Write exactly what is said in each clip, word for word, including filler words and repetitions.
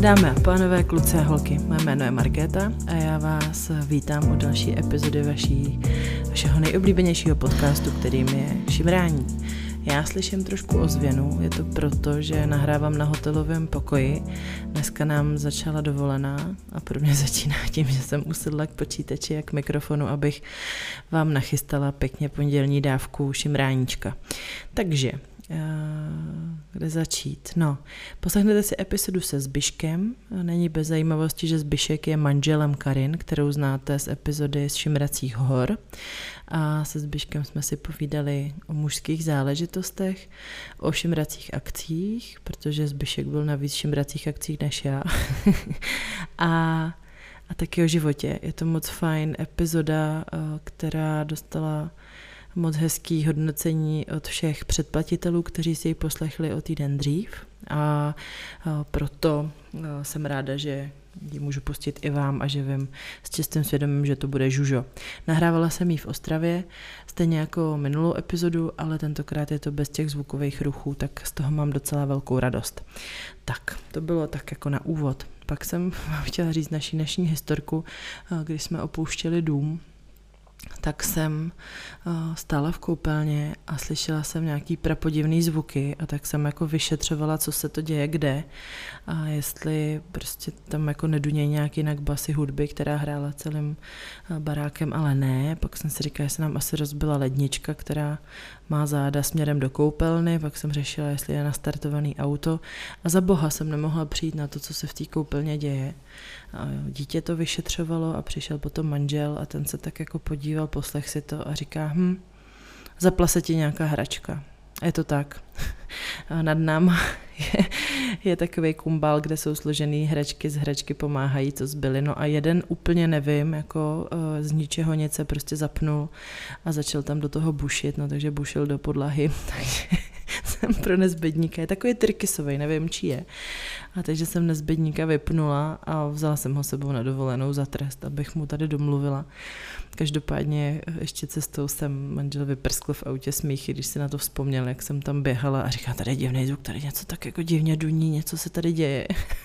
Dámy a pánové, kluci a holky, mé jméno je Markéta a já vás vítám u další epizody vaší, vašeho nejoblíbenějšího podcastu, kterým je Šimrání. Já slyším trošku ozvěnu, je to proto, že nahrávám na hotelovém pokoji. Dneska nám začala dovolená a pro mě začíná tím, že jsem usedla k počítači a k mikrofonu, abych vám nachystala pěkně pondělní dávku šimráníčka. Takže kde začít? No, poslechnete si epizodu se Zbyškem. Není bez zajímavosti, že Zbyšek je manželem Karin, kterou znáte z epizody z Šimracích hor. A se Zbyškem jsme si povídali o mužských záležitostech, o šimracích akcích, protože Zbyšek byl na víc šimracích akcích než já. a, a taky o životě. Je to moc fajn epizoda, která dostala moc hezký hodnocení od všech předplatitelů, kteří si ji poslechli o týden dřív a proto jsem ráda, že ji můžu pustit i vám a že vím s čistým svědomím, že to bude žužo. Nahrávala jsem ji v Ostravě, stejně jako minulou epizodu, ale tentokrát je to bez těch zvukových ruchů, tak z toho mám docela velkou radost. Tak, to bylo tak jako na úvod. Pak jsem vám chtěla říct naši dnešní historku, když jsme opouštěli dům, tak jsem stála v koupelně a slyšela jsem nějaký prapodivný zvuky a tak jsem jako vyšetřovala, co se to děje kde a jestli prostě tam jako nedunějí nějak jinak basy hudby, která hrála celým barákem, ale ne. Pak jsem si říkala, že se nám asi rozbila lednička, která má záda směrem do koupelny, pak jsem řešila, jestli je nastartovaný auto a za boha jsem nemohla přijít na to, co se v té koupelně děje. A dítě to vyšetřovalo a přišel potom manžel a ten se tak jako podíval, poslech si to a říká, hm, zapla se ti nějaká hračka. A je to tak. A nad náma je, je takový kumbál, kde jsou složený hračky, z hračky pomáhají, co zbyly. No a jeden úplně nevím, jako z ničeho nic se prostě zapnul a začal tam do toho bušit, no takže bušil do podlahy, takže jsem pro nezbedníka, je takový tyrkysovej, nevím, čí je. A takže jsem nezbedníka vypnula a vzala jsem ho sebou na dovolenou za trest, abych mu tady domluvila. Každopádně ještě cestou jsem manžel vyprskl v autě smíchy, když si na to vzpomněl, jak jsem tam běhala a říká, tady je divný zvuk, tady něco tak jako divně duní, něco se tady děje.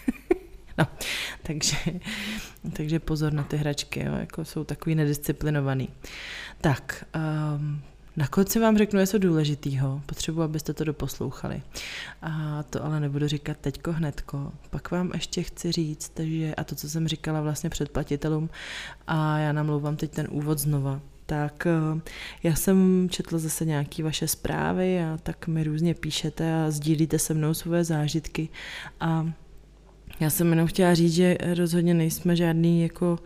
No, takže, takže pozor na ty hračky, jo, jako jsou takový nedisciplinovaný. Tak, um, na konci vám řeknu něco důležitýho, potřebuji, abyste to doposlouchali. A to ale nebudu říkat teďko hnedko. Pak vám ještě chci říct, že, a to, co jsem říkala vlastně předplatitelům, a já namlouvám teď ten úvod znova, tak já jsem četla zase nějaké vaše zprávy a tak mi různě píšete a sdílíte se mnou svoje zážitky a já jsem jenom chtěla říct, že rozhodně nejsme žádný jako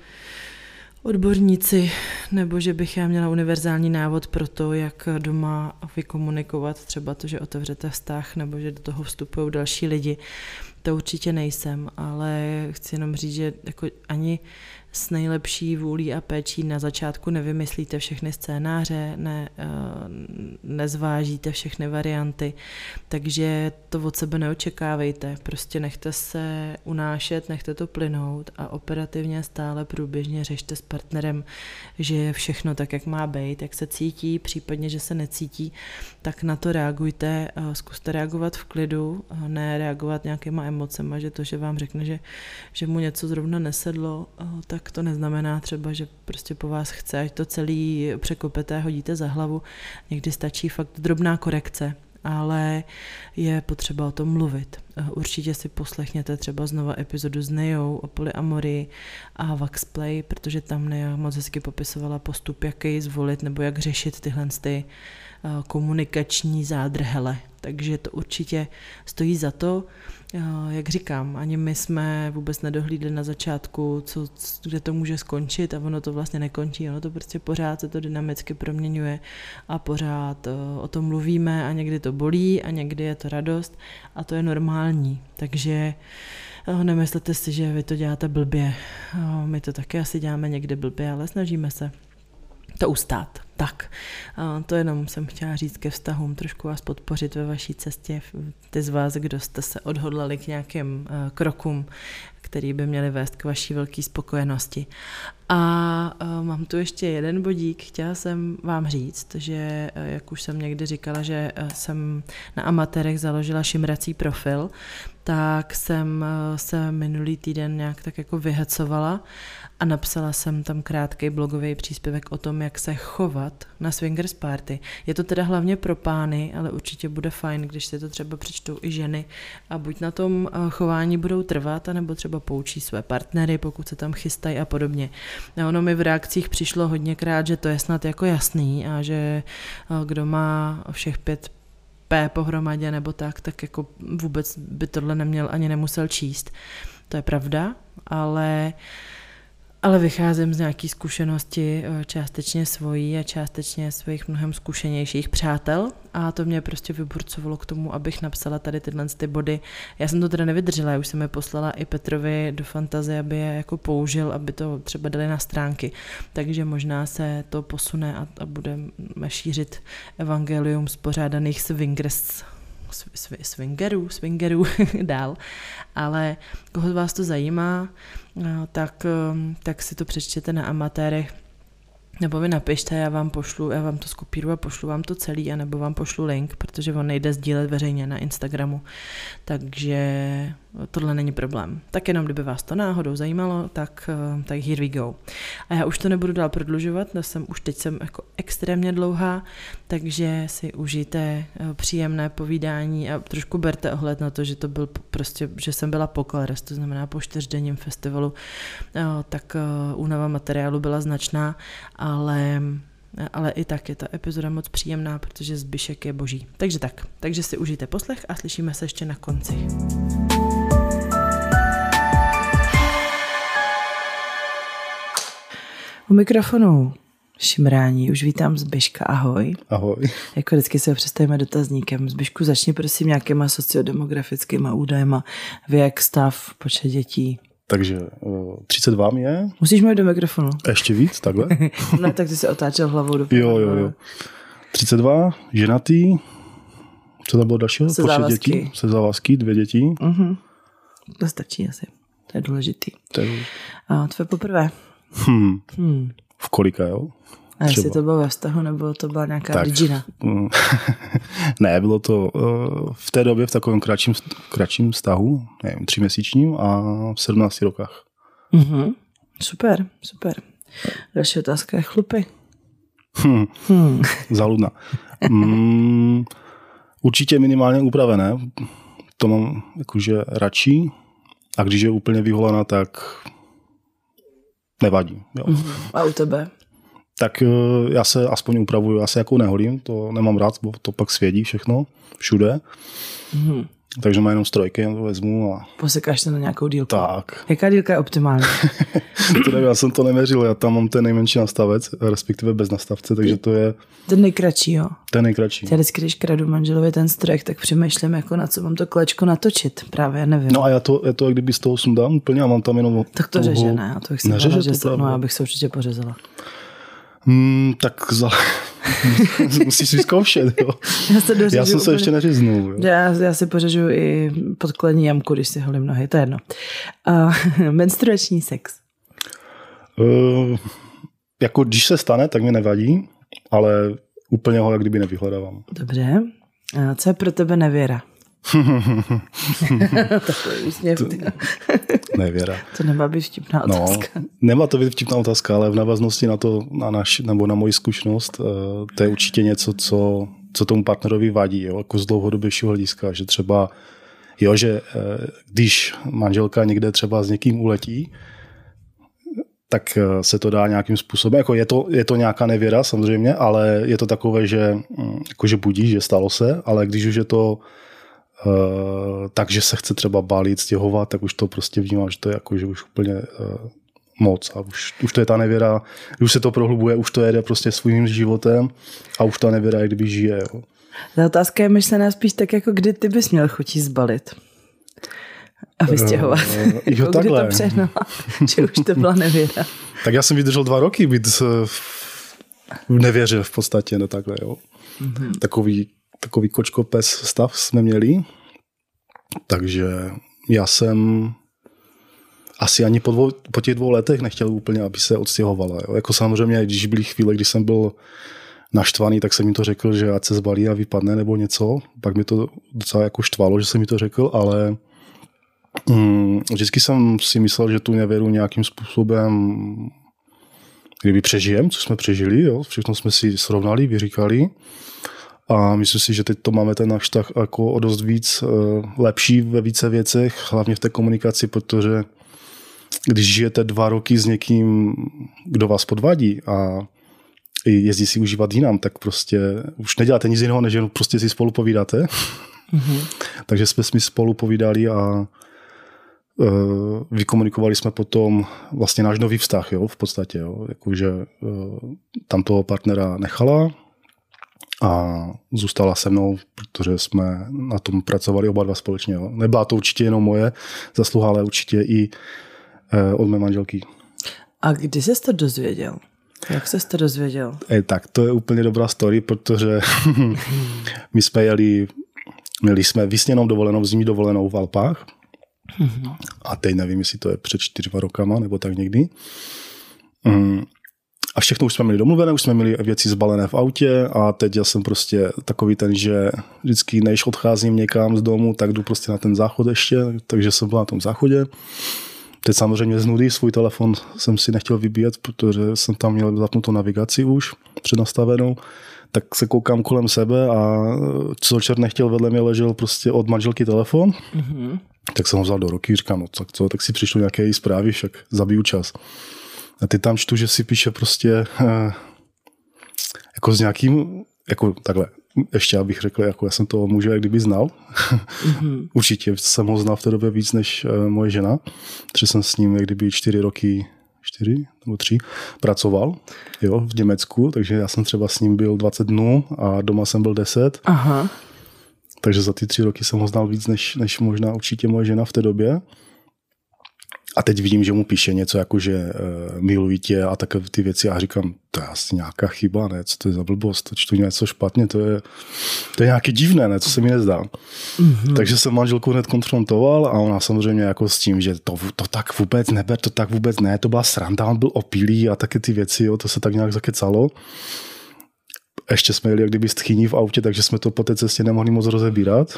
odborníci, nebo že bych já měla univerzální návod pro to, jak doma vykomunikovat třeba to, že otevřete vztah, nebo že do toho vstupují další lidi. To určitě nejsem, ale chci jenom říct, že jako ani s nejlepší vůlí a péčí na začátku nevymyslíte všechny scénáře, ne, nezvážíte všechny varianty, takže to od sebe neočekávejte, prostě nechte se unášet, nechte to plynout a operativně stále průběžně řešte s partnerem, že je všechno tak, jak má být, jak se cítí, případně, že se necítí, tak na to reagujte, zkuste reagovat v klidu, ne reagovat nějakýma emocema, že to, že vám řekne, že, že mu něco zrovna nesedlo, tak to neznamená třeba, že prostě po vás chce, ať to celý překopete a hodíte za hlavu. Někdy stačí fakt drobná korekce, ale je potřeba o tom mluvit. Určitě si poslechněte třeba znova epizodu s Nejou o polyamorii a Waxplay, protože tam Neja moc hezky popisovala postup, jak jej zvolit nebo jak řešit tyhle ty komunikační zádrhele. Takže to určitě stojí za to. Jak říkám, ani my jsme vůbec nedohlídli na začátku, co, kde to může skončit a ono to vlastně nekončí, ono to prostě pořád se to dynamicky proměňuje a pořád o tom mluvíme a někdy to bolí a někdy je to radost a to je normální, takže nemyslete si, že vy to děláte blbě, my to taky asi děláme někde blbě, ale snažíme se to ustát. Tak, to jenom jsem chtěla říct ke vztahům, trošku vás podpořit ve vaší cestě, ty z vás, kdo jste se odhodlali k nějakým krokům, který by měly vést k vaší velké spokojenosti. A mám tu ještě jeden bodík, chtěla jsem vám říct, že jak už jsem někdy říkala, že jsem na amatérech založila šimrací profil, tak jsem se minulý týden nějak tak jako vyhecovala a napsala jsem tam krátký blogový příspěvek o tom, jak se chovat na swingers party. Je to teda hlavně pro pány, ale určitě bude fajn, když si to třeba přečtou i ženy a buď na tom chování budou trvat, anebo třeba poučí své partnery, pokud se tam chystají a podobně. A ono mi v reakcích přišlo hodněkrát, že to je snad jako jasný a že kdo má všech pět P pohromadě nebo tak, tak jako vůbec by tohle neměl ani nemusel číst. To je pravda, ale Ale vycházím z nějaké zkušenosti částečně svojí a částečně svých mnohem zkušenějších přátel a to mě prostě vyburcovalo k tomu, abych napsala tady tyhle ty body. Já jsem to teda nevydržela, já už jsem je poslala i Petrovi do Fantazie, aby je jako použil, aby to třeba dali na stránky. Takže možná se to posune a, a budeme šířit evangelium spořádaných swingers, swingerů, swingerů dál, ale koho z vás to zajímá, tak, tak si to přečtěte na amatérech, nebo mi napište, já vám pošlu, já vám to skopíruju a pošlu vám to celý, anebo vám pošlu link, protože on nejde sdílet veřejně na Instagramu, takže tohle není problém. Tak jenom, kdyby vás to náhodou zajímalo, tak, tak here we go. A já už to nebudu dál prodlužovat, jsem, už teď jsem jako extrémně dlouhá, takže si užijte příjemné povídání a trošku berte ohled na to, že to byl prostě, že jsem byla po Claress, to znamená po čtyřdenním festivalu, tak únava materiálu byla značná, ale ale i tak je ta epizoda moc příjemná, protože Zbyšek je boží. Takže tak, takže si užijte poslech a slyšíme se ještě na konci. U mikrofonu šimrání už vítám Zbyška, ahoj. Ahoj. Jako vždycky se ho představíme dotazníkem. Zbyšku, začni prosím nějakýma sociodemografickýma údajema, věk, stav, počet dětí. Takže třicet dva mi je. Musíš mít do mikrofonu. Ještě víc, takhle? No tak ty se otáčel hlavou do Jo, jo, jo. třicet dva, ženatý. Co tam bylo dalšího? Se počet závazky. dětí. Se závazky, dvě děti. Uh-huh. To stačí asi. To je důležitý. To je důležitý. A tvoje poprvé? Hmm. Hmm. V kolika, jo? A jestli to bylo ve vztahu, nebo to byla nějaká tak, Regina? Ne, bylo to uh, v té době v takovém kratším, kratším vztahu, nevím, tříměsíčním a v sedmnácti rokách. Uh-huh. Super, super. Další otázka je chlupy. Hmm. Hmm. Zaludna. mm, určitě minimálně upravené. To mám jakože radši. A když je úplně vyholená, tak nevadí. Jo. Uh-huh. A u tebe? Tak já se aspoň upravuju, já se jako neholím, to nemám rád, bo to pak svědí všechno, všude. Mm. Takže mám jenom strojky, to vezmu a... Posekáš se na nějakou dílku. Tak. Jaká dílka je optimální? To nevím, já jsem to neměřil, já tam mám ten nejmenší nastavec, respektive bez nastavce, takže to je... Ten nejkratší, jo? Ten nejkratší. Já vždycky, když kradu manželovi ten strojek, tak přemýšlím, jako na co mám to kolečko natočit. Právě nevím. No a já to, je to, jak kdyby z toho sundám úplně a mám tam jenom... Tak to toho... řeže, ne? Já to bych si Neřeže to, no já bych se určitě pořezala. Hmm, tak za... musíš si zkoušet, jo. Já, se já jsem se úplně... ještě neřeznul. Já, já si pořežu i podkladní jamku, když si holím nohy, to je jedno. Uh, menstruační sex. Uh, jako když se stane, tak mi nevadí, ale úplně ho jak kdyby nevyhledávám. Dobře. A co je pro tebe nevěra? Takový úsměv. To, nevěra. To nemá být vtipná otázka. No, nemá to být vtipná otázka, ale v návaznosti na to, na naš, nebo na moji zkušenost, to je určitě něco, co, co tomu partnerovi vadí, jo, jako z dlouhodobějšího hlediska, že třeba, jo, že když manželka někde třeba s někým uletí, tak se to dá nějakým způsobem, jako je to, je to nějaká nevěra samozřejmě, ale je to takové, že jakože budí, že stalo se, ale když už je to Uh, takže se chce třeba bálit, stěhovat, tak už to prostě vnímám, že to je jako, že už úplně uh, moc a už, už to je ta nevěra, už se to prohlubuje, už to jede prostě svým životem a už ta nevěra, jak kdyby žije. Jo. Ta otázka je myšlená spíš tak, jako kdy ty bys měl chutí zbalit a vystěhovat. Uh, uh, jo, jako kdy to přehnala, že už to byla nevěra. Tak já jsem vydržel dva roky být nevěřil v podstatě, no takhle, jo. Mm-hmm. Takový, takový kočkopes stav jsme měli, takže já jsem asi ani po, dvou, po těch dvou letech nechtěl úplně, aby se odstěhovala. Jo. Jako samozřejmě, když byly chvíle, kdy jsem byl naštvaný, tak jsem mi to řekl, že ať se zbalí a vypadne nebo něco. Pak mi to docela jako štvalo, že jsem mi to řekl, ale mm, vždycky jsem si myslel, že tu nevěru nějakým způsobem kdyby přežijem, co jsme přežili, jo. Všechno jsme si srovnali, vyříkali. A myslím si, že teď to máme ten náš vztah jako o dost víc lepší ve více věcech, hlavně v té komunikaci, protože když žijete dva roky s někým, kdo vás podvádí a jezdí si užívat jinam, tak prostě už neděláte nic jiného, než jenom prostě si spolu povídáte. Mm-hmm. Takže jsme si spolu povídali a uh, vykomunikovali jsme potom vlastně náš nový vztah, jo, v podstatě. Jo. Jakože uh, tam toho partnera nechala a zůstala se mnou, protože jsme na tom pracovali oba dva společně. Jo. Nebyla to určitě jenom moje zasluha, ale určitě i uh, od mé manželky. A kdy jsi to dozvěděl? Jak jsi to dozvěděl? E, tak to je úplně dobrá story, protože my jsme jeli, měli jsme vysněnou dovolenou, zimní dovolenou v Alpách. Mm-hmm. A teď nevím, jestli to je před čtyřma rokama, nebo tak někdy. Mm. A všechno už jsme měli domluvené, už jsme měli věci zbalené v autě a teď já jsem prostě takový ten, že vždycky než odcházím někam z domu, tak jdu prostě na ten záchod ještě, takže jsem byl na tom záchodě. Teď samozřejmě z nudy svůj telefon jsem si nechtěl vybíjet, protože jsem tam měl zapnutou navigaci už přednastavenou, tak se koukám kolem sebe a co čert nechtěl, vedle mě ležel prostě od manželky telefon, mm-hmm. tak jsem ho vzal do ruky, říkám, no tak co, tak si přišlo nějaké zprávy, však zabiju čas. A ty tam čtu, že si píše prostě eh, jako s nějakým, jako takhle, ještě abych řekl, jako já jsem toho muže jak kdyby znal. Mm-hmm. Určitě jsem ho znal v té době víc než uh, moje žena, protože jsem s ním jak kdyby čtyři roky, čtyři nebo tři, pracoval, jo, v Německu, takže já jsem třeba s ním byl dvacet dnů a doma jsem byl deset. Aha. Takže za ty tři roky jsem ho znal víc než, než možná určitě moje žena v té době. A teď vidím, že mu píše něco jako, že uh, miluji tě a takové ty věci a říkám, to je asi nějaká chyba, ne, co to je za blbost, to čtu něco špatně, to je, to je nějaké divné, ne, co se mi nezdá. Mm-hmm. Takže jsem manželku hned konfrontoval a ona samozřejmě jako s tím, že to, to tak vůbec neber, to tak vůbec ne, to byla sranda, on byl opilý a taky ty věci, jo, to se tak nějak zakecalo. Ještě jsme jeli jak kdyby stchýní v autě, takže jsme to po té cestě nemohli moc rozebírat.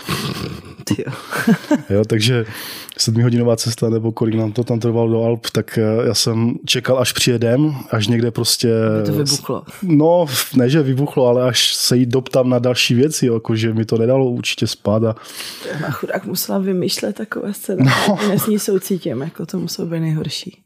Jo, takže sedmihodinová cesta, nebo kolik nám to tam trvalo do Alp, tak já jsem čekal, až přijedem, až někde prostě... By to vybuchlo. No, ne, že vybuchlo, ale až se jít doptám na další věci, jakože mi to nedalo určitě spát. A... A chudák musela vymýšlet takové scény. No. Dnes ní soucítím, jako to muselo být nejhorší.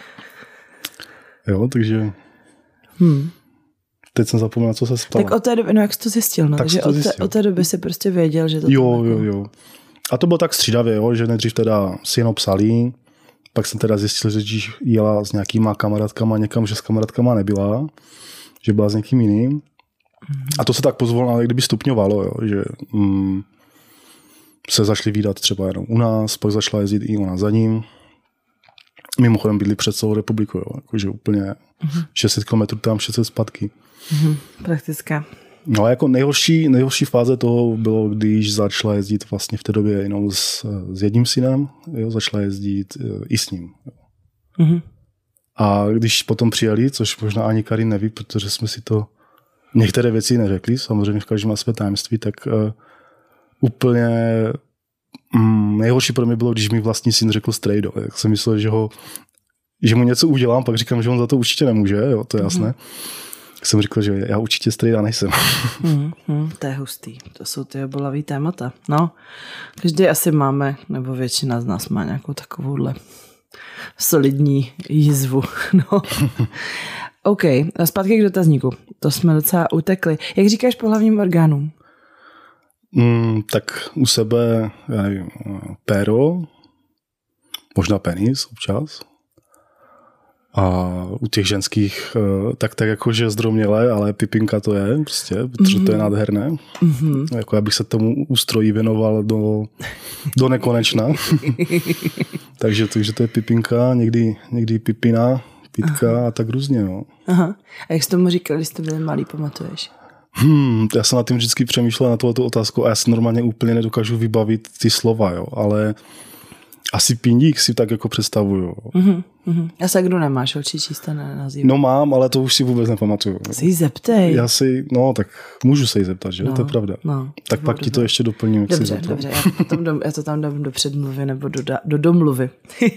Jo, takže... Hmm. Teď jsem zapomněl, co se stalo. Tak od té doby, no jak jsi to zjistil, no? Tak že to od, té, zjistil. od té doby si prostě věděl, že to jo, tam jo, jako... jo. A to bylo tak střídavě, jo, že nejdřív teda si jenom psali, pak jsem teda zjistil, že když jela s nějakýma kamarádkama někam, že s kamarádkama nebyla, že byla s někým jiným. Mm. A to se tak pozvolna, jak kdyby stupňovalo, jo, že mm, se začali vídat třeba jenom u nás, pak začala jezdit i ona za ním. Mimochodem bydli před celou republikou, jo, jakože úplně mm. šest set kilometrů tam, šest set zpátky. Mm, praktická. No a jako nejhorší, nejhorší fáze toho bylo, když začala jezdit vlastně v té době jenom s, s jedním synem, jo, začala jezdit i s ním. Mm-hmm. A když potom přijeli, což možná ani Karin neví, protože jsme si to některé věci neřekli, samozřejmě v každém má své tajemství, tak uh, úplně um, nejhorší pro mě bylo, když mi vlastní syn řekl strejdo. Jak jsem myslel, že, ho, že mu něco udělám, pak říkám, že on za to určitě nemůže, jo, to je jasné. Mm-hmm. Jsem říkal, že já určitě strejda nejsem. Hmm, hmm, to je hustý. To jsou ty bolavý témata. No, každý asi máme, nebo většina z nás má nějakou takovouhle solidní jízvu. No. OK, zpátky k dotazníku. To jsme docela utekli. Jak říkáš pohlavním orgánům? Mm, tak u sebe, já nevím, péro, možná penis občas. A u těch ženských tak tak jakože zdromělé, ale pipinka to je prostě, protože mm-hmm. to je nádherné. Mm-hmm. Jako já bych se tomu ústrojí věnoval do, do nekonečna. takže, takže to je pipinka, někdy, někdy pipina, pitka Aha. a tak různě. No. Aha. A jak jsi tomu říkal, když jste byli malý, pamatuješ? Hmm, já jsem na tím vždycky přemýšlel na tohleto otázku a já si normálně úplně nedokážu vybavit ty slova, jo, ale asi pindík si tak jako představuju. Uh-huh, uh-huh. A sagru nemáš, oči čísta nenazývá. No mám, ale to už si vůbec nepamatuju. Si jí zeptej. Já si, no tak můžu se jí zeptat, že? No, to je pravda. No, tak pak ti to ještě doplním. Dobře, dobře, já, potom do, já to tam dám do předmluvy nebo do, do domluvy.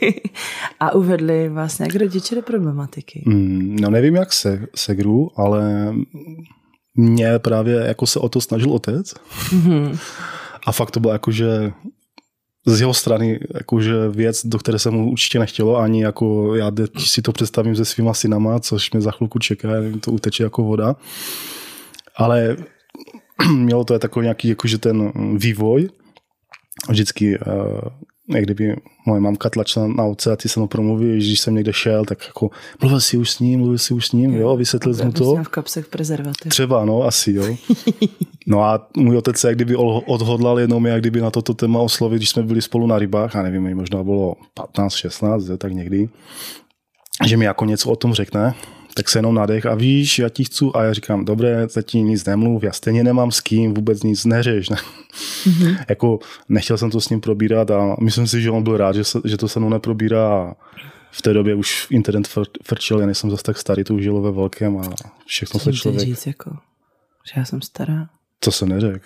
A uvedli vás nějak rodiče do problematiky? Mm, no nevím jak se, segru, ale mě právě jako se o to snažil otec. Mm-hmm. A fakt to bylo jako, že z jeho strany jakože věc, do které se mu určitě nechtělo, ani jako já si to představím se svýma synama, což mě za chvilku čeká, to uteče jako voda. Ale mělo to je takový nějaký jakože ten vývoj. Vždycky, jak kdyby moje mamka tlačila na otce a ty se mnou promluví, když jsem někde šel, tak jako mluvil si už s ním, mluvil si už s ním, jo, vysvětlil jsem to. V kapsech prezervativ. Třeba, no, asi, jo. No a můj otec se jak kdyby odhodlal jednou mě jak kdyby na toto téma oslovit, když jsme byli spolu na rybách, a nevím, možná bylo patnáct šestnáct, tak někdy, že mi jako něco o tom řekne, tak se jenom nadech a víš, já ti chci, a já říkám, dobré, zatím nic nemluv, já stejně nemám s kým, vůbec nic neřeš. Ne? Mm-hmm. Jako nechtěl jsem to s ním probírat a myslím si, že on byl rád, že, se, že to se mnou neprobírá a v té době už internet frčel, já nejsem zase tak starý, to už žilo ve velkém a všechno se člověk... říct, jako, že já jsem stará? To jsem neřekl.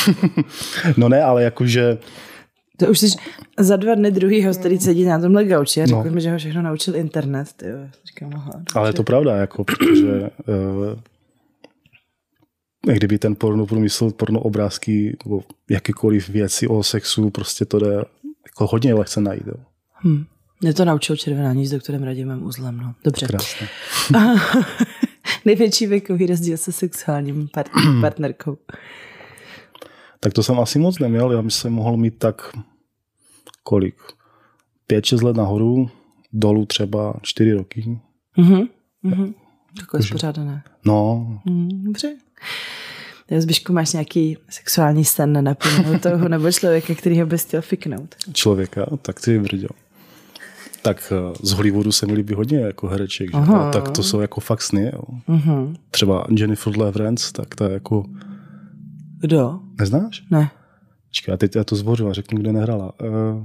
No ne, ale jakože... To už jsi za dva dny druhýho, který sedí na tomhle gauči a řekl no. mi, že ho všechno naučil internet. Tyjo. Říkám, aha, ale je to pravda, jako, protože uh, kdyby ten porno průmysl, porno obrázky nebo jakýkoliv věci o sexu, prostě to jde jako hodně lehce najít. Jo. Hmm. Mě to naučil Červená níž s doktorem Radimem Uzlem. No. Dobře. Krásně. Největší věkový rozdíl se sexuálním part- partnerkou. Tak to jsem asi moc neměl, já bych se mohl mít tak kolik? Pět, šest let nahoru, dolů třeba čtyři roky. Mhm, mhm. Takové spořádané. No. Mm, dobře. Já Zbyšku, máš nějaký sexuální sen nenaplněnou toho nebo člověka, kterýho bys chtěl fiknout? Člověka? Tak ty brďo. Tak z Hollywoodu se mi líbí hodně jako hereček. Tak to jsou jako fakt sny. Jo. Uh-huh. Třeba Jennifer Lawrence, tak to je jako... Kdo? Neznáš? Ne. Počkej, teď já to zbořu a řeknu, kde nehrála. Uh,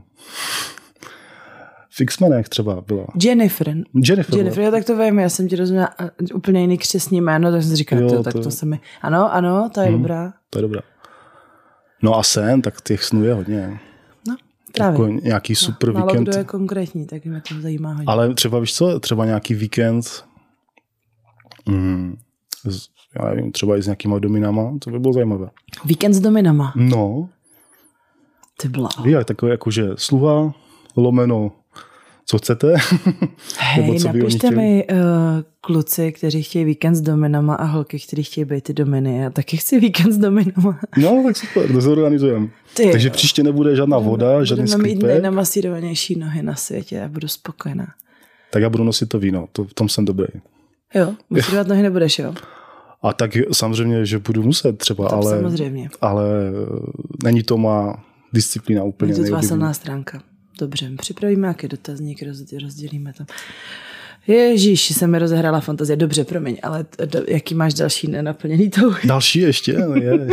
v X-Menech třeba byla. Jennifer. Jennifer. Jennifer, jo, tak to vím, já jsem ti rozuměla úplně jiný křestní jméno, tak jsem si říkala, jo, tak to... to se mi... Ano, ano, to je hmm, dobrá. To je dobrá. No a sen, tak těch snů je hodně. No, právě. Jako nějaký super no, víkend. Kdo je konkrétní, tak mě to zajímá hodně. Ale třeba, víš co, třeba nějaký víkend, mm, z, já nevím, třeba i s nějakýma dominama, to by bylo zajímavé. Víkend s dominama? No. Ty bláho. Víš, takové jakože sluha, lomeno, co chcete? Hej, napište mi uh, kluci, kteří chtějí víkend s dominama a holky, kteří chtějí být ty dominy. Já taky chci víkend s dominama. No, tak super, to zorganizujeme. Takže příště nebude žádná voda, budeme, žádný skrypek. Budeme mít nejnamasírovanější nohy na světě a budu spokojená. Tak já budu nosit to víno, to, v tom jsem dobrý. Jo, masírovat nohy nebudeš, jo? A tak samozřejmě, že budu muset třeba, to ale, samozřejmě. ale není to má disciplína úplně. Je to tvá silná stránka. Dobře, připravíme nějaký dotazník, rozdělíme to. Ježíš, se mi rozehrála fantazie. Dobře, promiň, ale do, jaký máš další nenaplněný touhy? Další ještě? Je.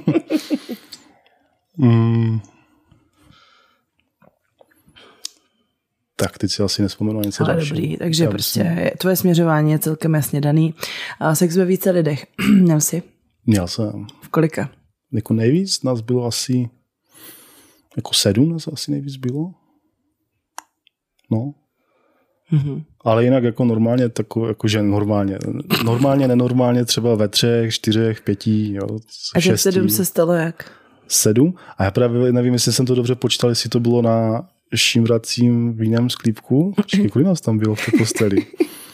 mm. Tak, teď si asi nespomenu něco ale další. Dobrý, takže já prostě myslím... tvoje směřování je celkem jasně daný. A sex ve více lidech. Měl jsi? Měl jsem. V kolika? Jako nejvíc nás bylo asi jako sedm nás asi nejvíc bylo. No. Mm-hmm. Ale jinak jako normálně, tako, jakože normálně. Normálně, nenormálně třeba ve třech, čtyřech, pěti, jo, a těch sedm se stalo jak? Sedm? A já právě nevím, jestli jsem to dobře počítal, jestli to bylo na šimracím víném sklípku. Počkej, kolik nás tam bylo v té posteli?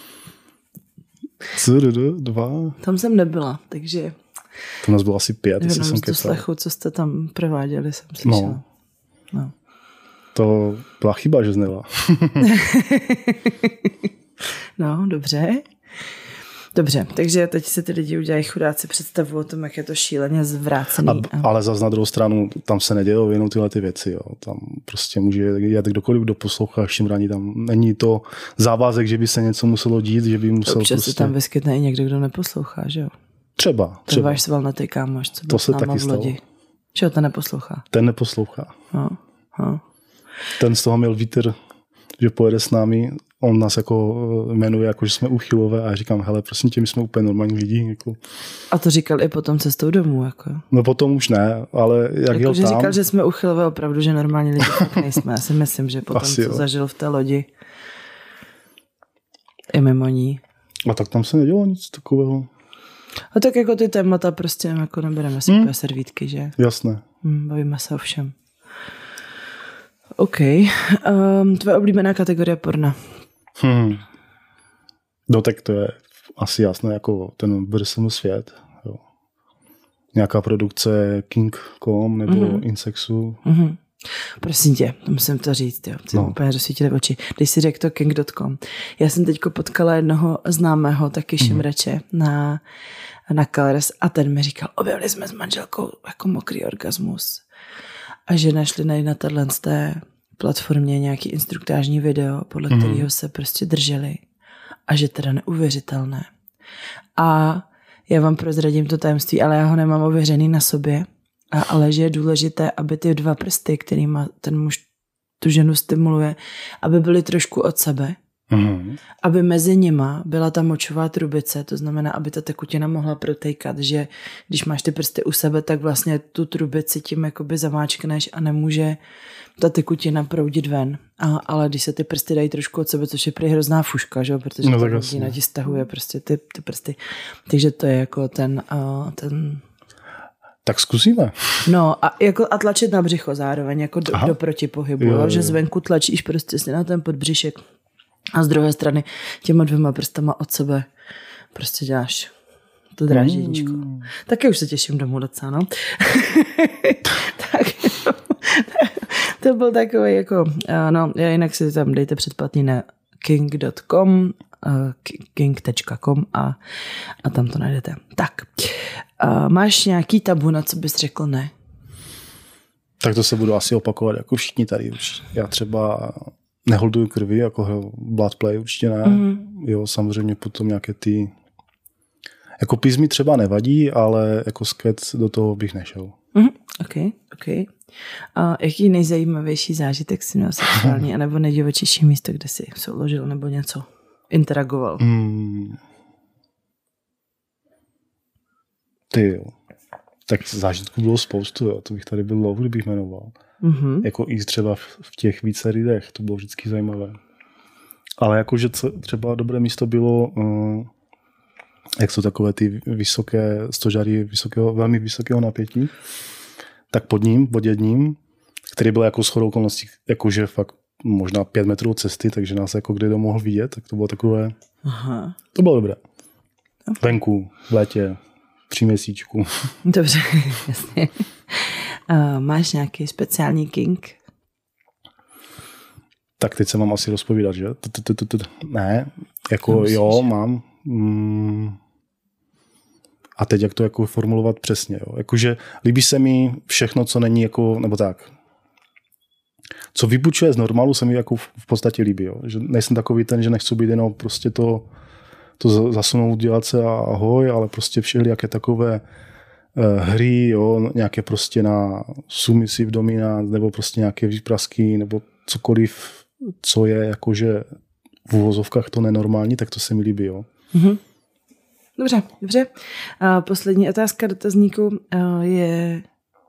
C, d, d, dva. Tam jsem nebyla, takže... To nás bylo asi pět, jestli jsem kecal. Slechu, co jste tam prováděli, jsem slyšela. No. No. To byla chyba, že znela. No, dobře. Dobře, takže teď se ty lidi udělají chudáci představu o tom, jak je to šíleně zvrácený. A, ale zase na druhou stranu, tam se nedějou jenom tyhle ty věci. Jo. Tam prostě může jet kdokoliv, kdo poslouchá šimraní. Tam není to závazek, že by se něco muselo dít, že by musel Občas prostě... se tam vyskytne i někdo, kdo neposlouchá, že jo? Třeba. To třeba. váš svalnatý kámoš, co byl to s se náma taky v lodi. stalo. Čeho to neposlouchá? Ten neposlouchá. No, no. Ten z toho měl vítr, že pojede s námi. On nás jako jmenuje, jako, že jsme úchylové a já říkám, hele, prosím tě, my jsme úplně normální lidi. Jako. A to říkal i potom cestou domů, jako. No potom už ne, ale jak jako, jel že tam... říkal, že jsme úchylové opravdu, že normální lidi tak nejsme. Já si myslím, že potom, Asi co jo. zažil v té lodi, i mimo ní. A tak tam se nedělo nic takového. A tak jako ty témata prostě jako nebereme si hmm. úplně servítky, že? Jasné. Hmm, bavíme se o všem. OK. Um, tvoje oblíbená kategorie porna? Hmm. No tak to je asi jasné, jako ten B D S M svět. Jo. Nějaká produkce King tečka com nebo mm-hmm. Insexu. Mm-hmm. Prosím tě, to musím to říct, jo. Ty no. úplně rozsvítili oči. Když si řekl to King tečka com. Já jsem teďko potkala jednoho známého, taky mm-hmm. šimreče na, na Colors a ten mi říkal, objevili jsme s manželkou jako mokrý orgasmus. A že našli na, na téhle té platformě nějaký instruktážní video, podle mm-hmm. kterého se prostě drželi. A že teda neuvěřitelné. A já vám prozradím to tajemství, ale já ho nemám ověřený na sobě. A, ale že je důležité, aby ty dva prsty, kterýma ten muž tu ženu stimuluje, aby byly trošku od sebe. Mm-hmm. Aby mezi nima byla ta močová trubice, to znamená, aby ta tekutina mohla protejkat, že když máš ty prsty u sebe, tak vlastně tu trubici tím jakoby zamáčkneš a nemůže ta tekutina proudit ven. A, ale když se ty prsty dají trošku od sebe, což je prý hrozná fuška, že? Protože no, ta tekutina ti stahuje prostě ty, ty prsty. Takže to je jako ten... Uh, ten tak zkusíme. No a, jako, a tlačit na břicho zároveň, jako do, do protipohybu, jo, jo. Že zvenku tlačíš prostě si na ten podbřišek a z druhé strany těma dvěma prstama od sebe prostě děláš to drážděníčko. Mm. Taky už se těším domů docela, no. Tak, to byl takový jako, no, jinak si tam dejte předplatný na king tečka com king tečka com a, a tam to najdete. Tak, uh, máš nějaký tabu, na co bys řekl ne? Tak to se budu asi opakovat, jako všichni tady. Já třeba neholduju krvi, jako blood play určitě ne. Mm. Jo, samozřejmě potom nějaké ty... Jako pís mi třeba nevadí, ale jako sket do toho bych nešel. Mm. OK, OK. A jaký nejzajímavější zážitek jsi měl sexuální, anebo nejdivočejší místo, kde jsi souložil nebo něco interagoval? Mm. Ty jo. Tak zážitků bylo spoustu, jo. To bych tady byl dlouho, kdybych jmenoval. Mm-hmm. Jako i třeba v těch více lidech, to bylo vždycky zajímavé. Ale jakože třeba dobré místo bylo, uh, jak jsou takové ty vysoké stožary vysokého, velmi vysokého napětí, tak pod ním, pod jedním, který byl jako shodou okolností, jakože fakt možná pět metrů cesty, takže nás jako kde mohl vidět, tak to bylo takové, aha. To bylo dobré. Venku, v létě, při měsíčku. Dobře, jasně. Uh, máš nějaký speciální king? Tak teď se mám asi rozpovídat, že? Ne, jako jo, mám. A teď jak to jako formulovat přesně, jo? Jakože líbí se mi všechno, co není jako, nebo tak. Co vybučuje z normálu, se mi jako v podstatě líbí, jo? Že nejsem takový ten, že nechci být jenom prostě to, to zasunout, dělat se a ahoj, ale prostě všechny jaké takové uh, hry, jo? Nějaké prostě na submissive dominant, nebo prostě nějaké výprasky, nebo cokoliv, co je jakože v uvozovkách to nenormální, tak to se mi líbí, jo. Mm-hmm. Dobře, dobře. A poslední otázka dotazníku uh, je...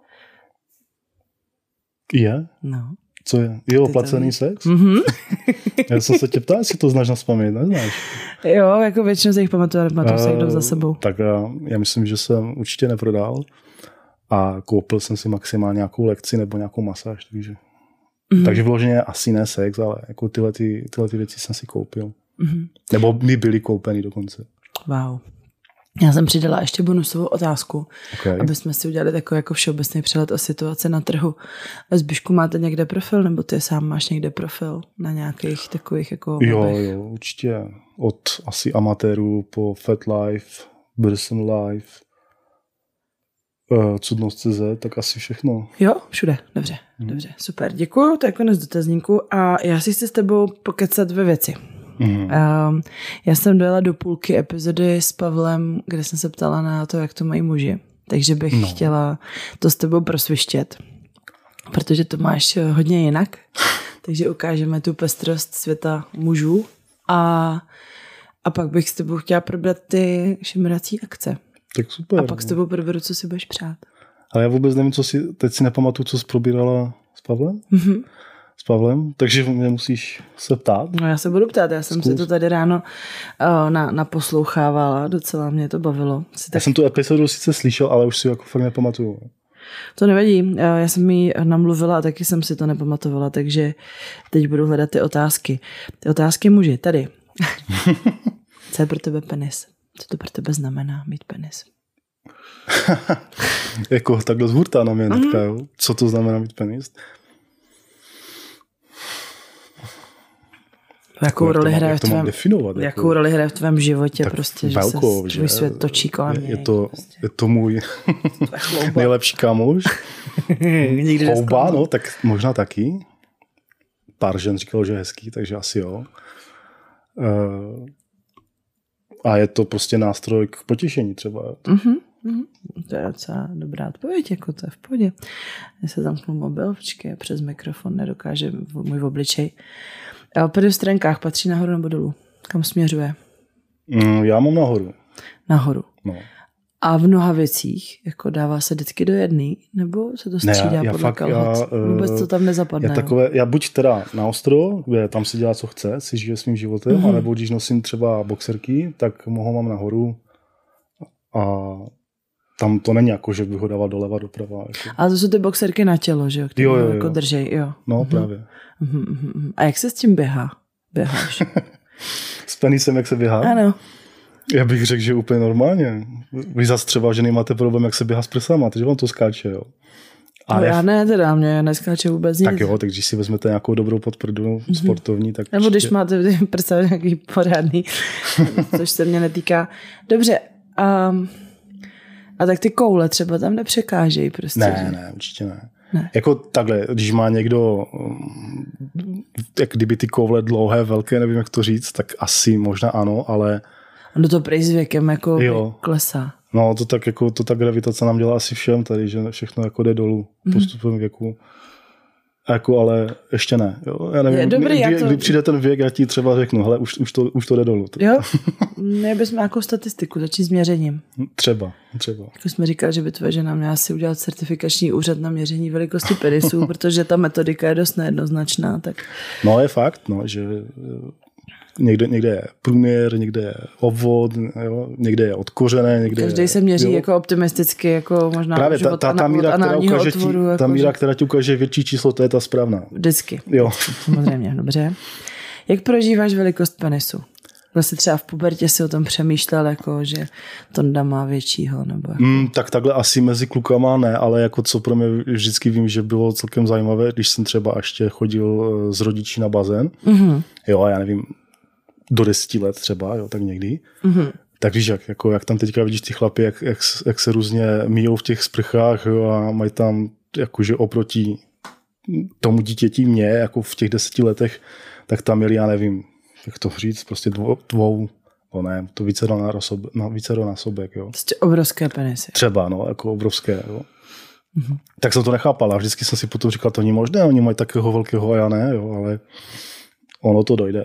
Je? No. Co je? Je oplacený sex? Mm-hmm. Já jsem se tě ptal, jestli to znáš na spaměť, neznáš? Jo, jako většinou se jich pamatuju, ale pamatuju se, kdo za sebou. Tak já, já myslím, že jsem určitě neprodal a koupil jsem si maximálně nějakou lekci nebo nějakou masáž, takže... Mm-hmm. Takže vloženě asi ne sex, ale jako tyhle, ty, tyhle ty věci jsem si koupil. Mm-hmm. Nebo mi byly koupeny dokonce. Wow. Já jsem přidala ještě bonusovou otázku, okay. aby jsme si udělali takový jako všeobecný přehled o situaci na trhu. Zbyšku, máte někde profil, nebo ty sám máš někde profil na nějakých takových jako Jo, webech? Jo, určitě. Od asi amatérů po Fat Life, Person Life, uh, Cudnost tečka cz, tak asi všechno. Jo, všude. Dobře, hmm. dobře, super. Děkuju, to je konec dotazníku a já si chci s tebou pokecat ve věci. Mm. Um, já jsem dojela do půlky epizody s Pavlem, kde jsem se ptala na to, jak to mají muži. Takže bych no. chtěla to s tebou prosvištět, protože to máš hodně jinak. Takže ukážeme tu pestrost světa mužů a, a pak bych s tebou chtěla probrat ty šimrací akce. Tak super. A pak s tebou proberu, co si budeš přát. Ale já vůbec nevím, co si, teď si nepamatuju, co jsi probírala s Pavlem. Mm-hmm. S Pavlem, takže mě musíš se ptát. No já se budu ptát, já jsem Zkus. si to tady ráno uh, na, naposlouchávala, docela mě to bavilo. Si já tak... jsem tu epizodu sice slyšel, ale už si jako fakt nepamatuju. To nevadí, uh, já jsem jí namluvila a taky jsem si to nepamatovala, takže teď budu hledat ty otázky. Ty otázky muži, tady. Co je pro tebe penis? Co to pro tebe znamená mít penis? Jako takhle z hurta na mě mm. netka, jo? Co to znamená mít penis? Jakou jak roli mám, hraje v tvém, definovat, jakou jako, roli hraje v tvém životě, tak prostě, velkou, že se tvůj svět točí kolem je, mě. Je to, prostě. je to můj nejlepší kámoš. Houba, no, tak možná taky. Pár žen říkalo, že je hezký, takže asi jo. Uh, a je to prostě nástroj k potěšení třeba. Mm-hmm, mm-hmm. To je docela dobrá odpověď, jako to je v pohodě. Já se zamknu mobil, počkej, přes mikrofon nedokáže můj obličej. A opět v stránkách patří nahoru nebo dolů? Kam směřuje? Mm, já mám nahoru. Nahoru. No. A v mnoha věcích jako dává se vždycky do jedné, nebo se to střídá ne, já, podle fakt, kalhot? Já, Vůbec to tam nezapadne. Já, takové, já buď teda na ostro, kde tam si dělá, co chce, si žije svým životem, mm-hmm. anebo když nosím třeba boxerky, tak ho mám nahoru a tam to není jako, že bych ho dával doleva, doprava. Jako. Ale to jsou ty boxerky na tělo, že jo? Které jo, jo, jo. jako držej, jo. No, mm-hmm. právě. Mm-hmm. A jak se s tím běhá? Běháš? S penisem, jak se běhá? Ano. Já bych řekl, že úplně normálně. Vy zase třeba, že nemáte problém, jak se běhá s prsama, takže vám to skáče, jo. Ale no já ne, teda mě neskáče vůbec nic. Tak jo, tak když si vezmete nějakou dobrou podprdu mm-hmm. sportovní, tak... Nebo když máte ty prsa nějaký pořádný, což se mě netýká. Dobře, a, a tak ty koule třeba tam nepřekážejí prostě. Ne, že? ne, určitě ne. Ne. Jako takhle, když má někdo, jak kdyby ty koule dlouhé, velké, nevím, jak to říct, tak asi možná ano, ale... No to prej s věkem jako jo. klesá. No to tak jako, to ta gravitace nám dělá asi všem tady, že všechno jako jde dolů mm. postupem věku. Jako, ale ještě ne. Jo? Já nevím, je dobrý, kdy, to... kdy přijde ten věk, já ti třeba řeknu, hele, už, už, to, už to jde dolů. Jo? Ne, bychom nějakou statistiku, začít s měřením. Třeba, třeba. Jako jsme říkali, že by tvoje žena měla si udělat certifikační úřad na měření velikosti penisů, protože ta metodika je dost nejednoznačná. Tak... No je fakt, no, že někde, někde je průměr, někde je obvod, jo, někde je odkořené, někde každý je, se měří jo. jako optimisticky, jako možná právě ta, ta, ta míra, která ukáže ti, otvoru, ta jako míra, že... která ti ukáže větší číslo, to je ta správná. Vždycky. Jo. Samozřejmě, dobře. Jak prožíváš velikost penisu? Vlastně třeba v pubertě si o tom přemýšlel, jako, že Tonda má většího? Nebo jako... mm, tak takhle asi mezi klukama ne, ale jako co pro mě vždycky vím, že bylo celkem zajímavé, když jsem třeba ještě chodil s rodiči na bazén. Mm-hmm. Jo, já nevím, do deseti let třeba, jo, tak někdy. Mm-hmm. Tak víš, jak, jako, jak tam teďka vidíš ty chlapy, jak, jak, jak se různě míjou v těch sprchách, jo, a mají tam jakože oproti tomu dítěti mě, jako v těch deseti letech, tak tam měli, já nevím, jak to říct, prostě dvou, dvou no ne, to vícero násobek, no, vícero násobek, jo. Prostě obrovské penisy. Třeba, no, jako obrovské, jo. Mm-hmm. Tak jsem to nechápal a vždycky jsem si potom říkal, to není možné, oni mají takového velkého a já ne, jo, ale ono to dojde.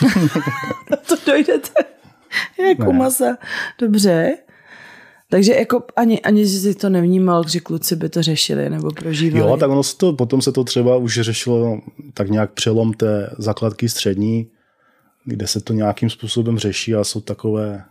to dojdete jako masa. Dobře. Takže jako ani, ani si to nevnímal, že kluci by to řešili nebo prožívali. Jo, tak ono se to, potom se to třeba už řešilo tak nějak přelom té základky střední, kde se to nějakým způsobem řeší a jsou takové,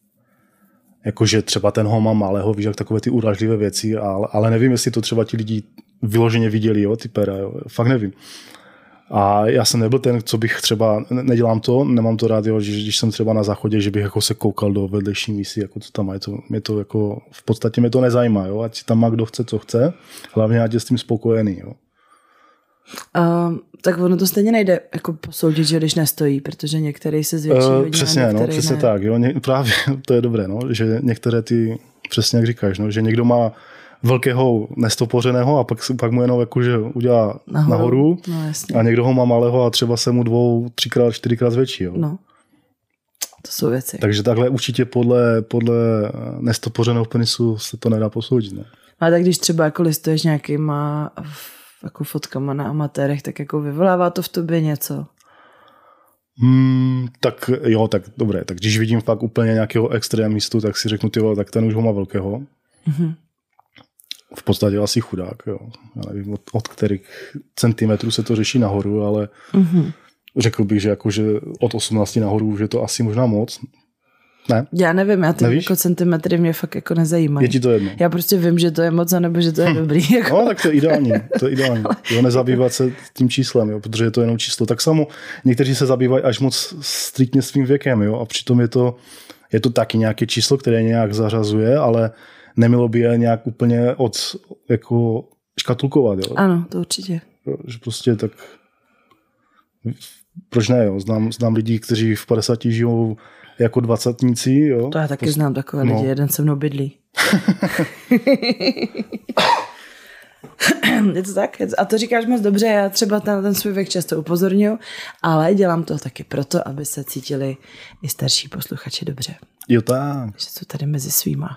jakože třeba ten ho má malého, víš, jak takové ty urážlivé věci, ale, ale nevím, jestli to třeba ti lidi vyloženě viděli, jo, ty pera, jo, fakt nevím. A já jsem nebyl ten, co bych třeba, nedělám to, nemám to rád, jo, že když jsem třeba na záchodě, že bych jako se koukal do vedlejší mísy, jako co tam má, to, mě to jako, v podstatě mě to nezajímá, jo, ať si tam má kdo chce, co chce, hlavně ať je s tím spokojený, jo. Uh, tak ono to stejně nejde jako posoudit, že když nestojí, protože některý se zvětší uh, hodně, přesně, no, přesně ne. Tak, jo, ně, právě to je dobré, no, že některé ty, přesně jak říkáš, no, že někdo má velkého nestopořeného a pak, pak mu jenom jakože udělá nahoru, nahoru no, a někdo ho má malého a třeba se mu dvou, třikrát, čtyřikrát zvětší. Jo. No, to jsou věci. Takže takhle určitě podle, podle nestopořeného penisu se to nedá posoudit. Ne? A tak když třeba jako listuješ nějakýma jako fotkama na amatérech, tak jako vyvolává to v tobě něco? Hmm, tak jo, tak dobré. Tak když vidím fakt úplně nějakého extrémistu, tak si řeknu, tyjo, tak ten už ho má velkého. Mm-hmm. V podstatě asi chudák, jo. Já nevím, od, od kterých centimetrů se to řeší nahoru, ale mm-hmm. řekl bych, že, jako, že od osmnácti nahoru už je to asi možná moc. Ne? Já nevím, já ty Nevíš? Jako centimetry mě fakt jako nezajímají. Je ti to jedno? Já prostě vím, že to je moc, anebo že to je dobrý. Jako. No, tak to je ideální. To je ideální. Jo, nezabývat se tím číslem, jo, protože je to jenom číslo. Tak samo někteří se zabývají až moc striktně svým věkem, jo, a přitom je to, je to taky nějaké číslo, které nějak zařazuje, ale nemělo by je nějak úplně od, jako škatulkovat. Jo. Ano, to určitě. Jo, že prostě tak proč ne, jo. Znám, znám lidí, kteří v padesáti žijou jako dvacátníci, jo. To já taky Post... znám takové no. lidi, jeden se mnou bydlí. Je to tak? A to říkáš moc dobře, já třeba ten, ten svůj věk často upozorňuji, ale dělám to taky proto, aby se cítili i starší posluchači dobře. Jo tak. Že jsou tady mezi svýma.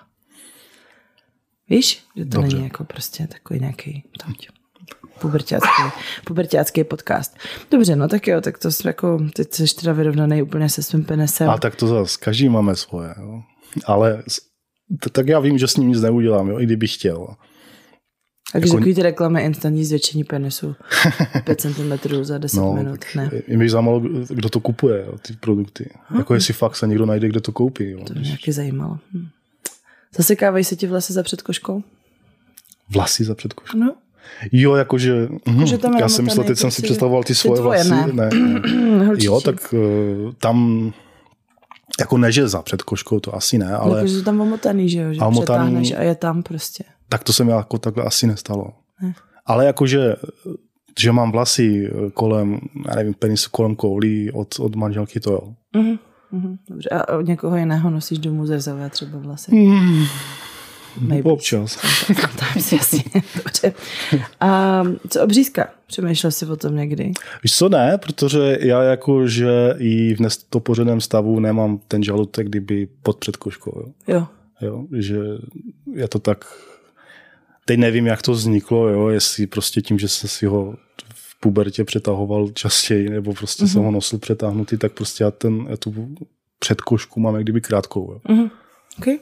Víš? Že to dobře. Není jako prostě takový nějaký toť. Puberťácký, puberťácký podcast. Dobře, no tak jo, tak to jsi jako, teď jsi teda vyrovnaný úplně se svým penisem. A tak to zase, každý máme svoje, jo. Ale tak já vím, že s ním nic neudělám, jo, i kdybych chtěl. Takže jako... takový ty reklamy instantní zvětšení penisu pět centimetrů za deset no, minut, ne? Mě bych zajímalo, kdo to kupuje, jo, ty produkty. Hm. Jako jestli fakt se někdo najde, kde to koupí. Jo. To mě nějaký zajímalo. Hm. Zasekávají se ti vlasy za předkoškou? Vlasy za předkoškou? No. Jo, jakože, hm, já jsem myslel, teď jsem si představoval ty svoje ty tvoje, vlasy. Ne. Ne, ne. Jo, tak uh, tam jako neže za předkoškou, to asi ne, ale... Jakože jsou tam omotaný, že jo, že omotaný, přetáhneš a je tam prostě. Tak to se mi jako takhle asi nestalo. Ne. Ale jakože, že mám vlasy kolem, já nevím, penisu kolem koulí od, od manželky, to jo. Mhm, mhm, dobře. A od někoho jiného nosíš domů zrzavé třeba vlasy? Mm. Maybe. Občas. Sometimes, jasně. Dobře. A co obřízka? Přemýšlel jsi o tom někdy? Víš co, ne, protože já jako, že i v nestopořeném stavu nemám ten žaludek, kdyby pod předkoškou. Jo. jo. Jo, že je to tak... Teď nevím, jak to vzniklo, jo, jestli prostě tím, že jsem si ho v pubertě přetahoval častěji, nebo prostě mm-hmm. jsem ho nosil přetáhnutý, tak prostě já, ten, já tu předkošku mám jak kdyby krátkou. Jo. Mm-hmm. Okay.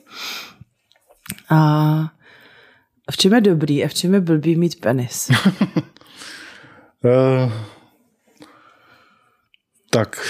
A v čem je dobrý a v čem je blbý mít penis? uh, tak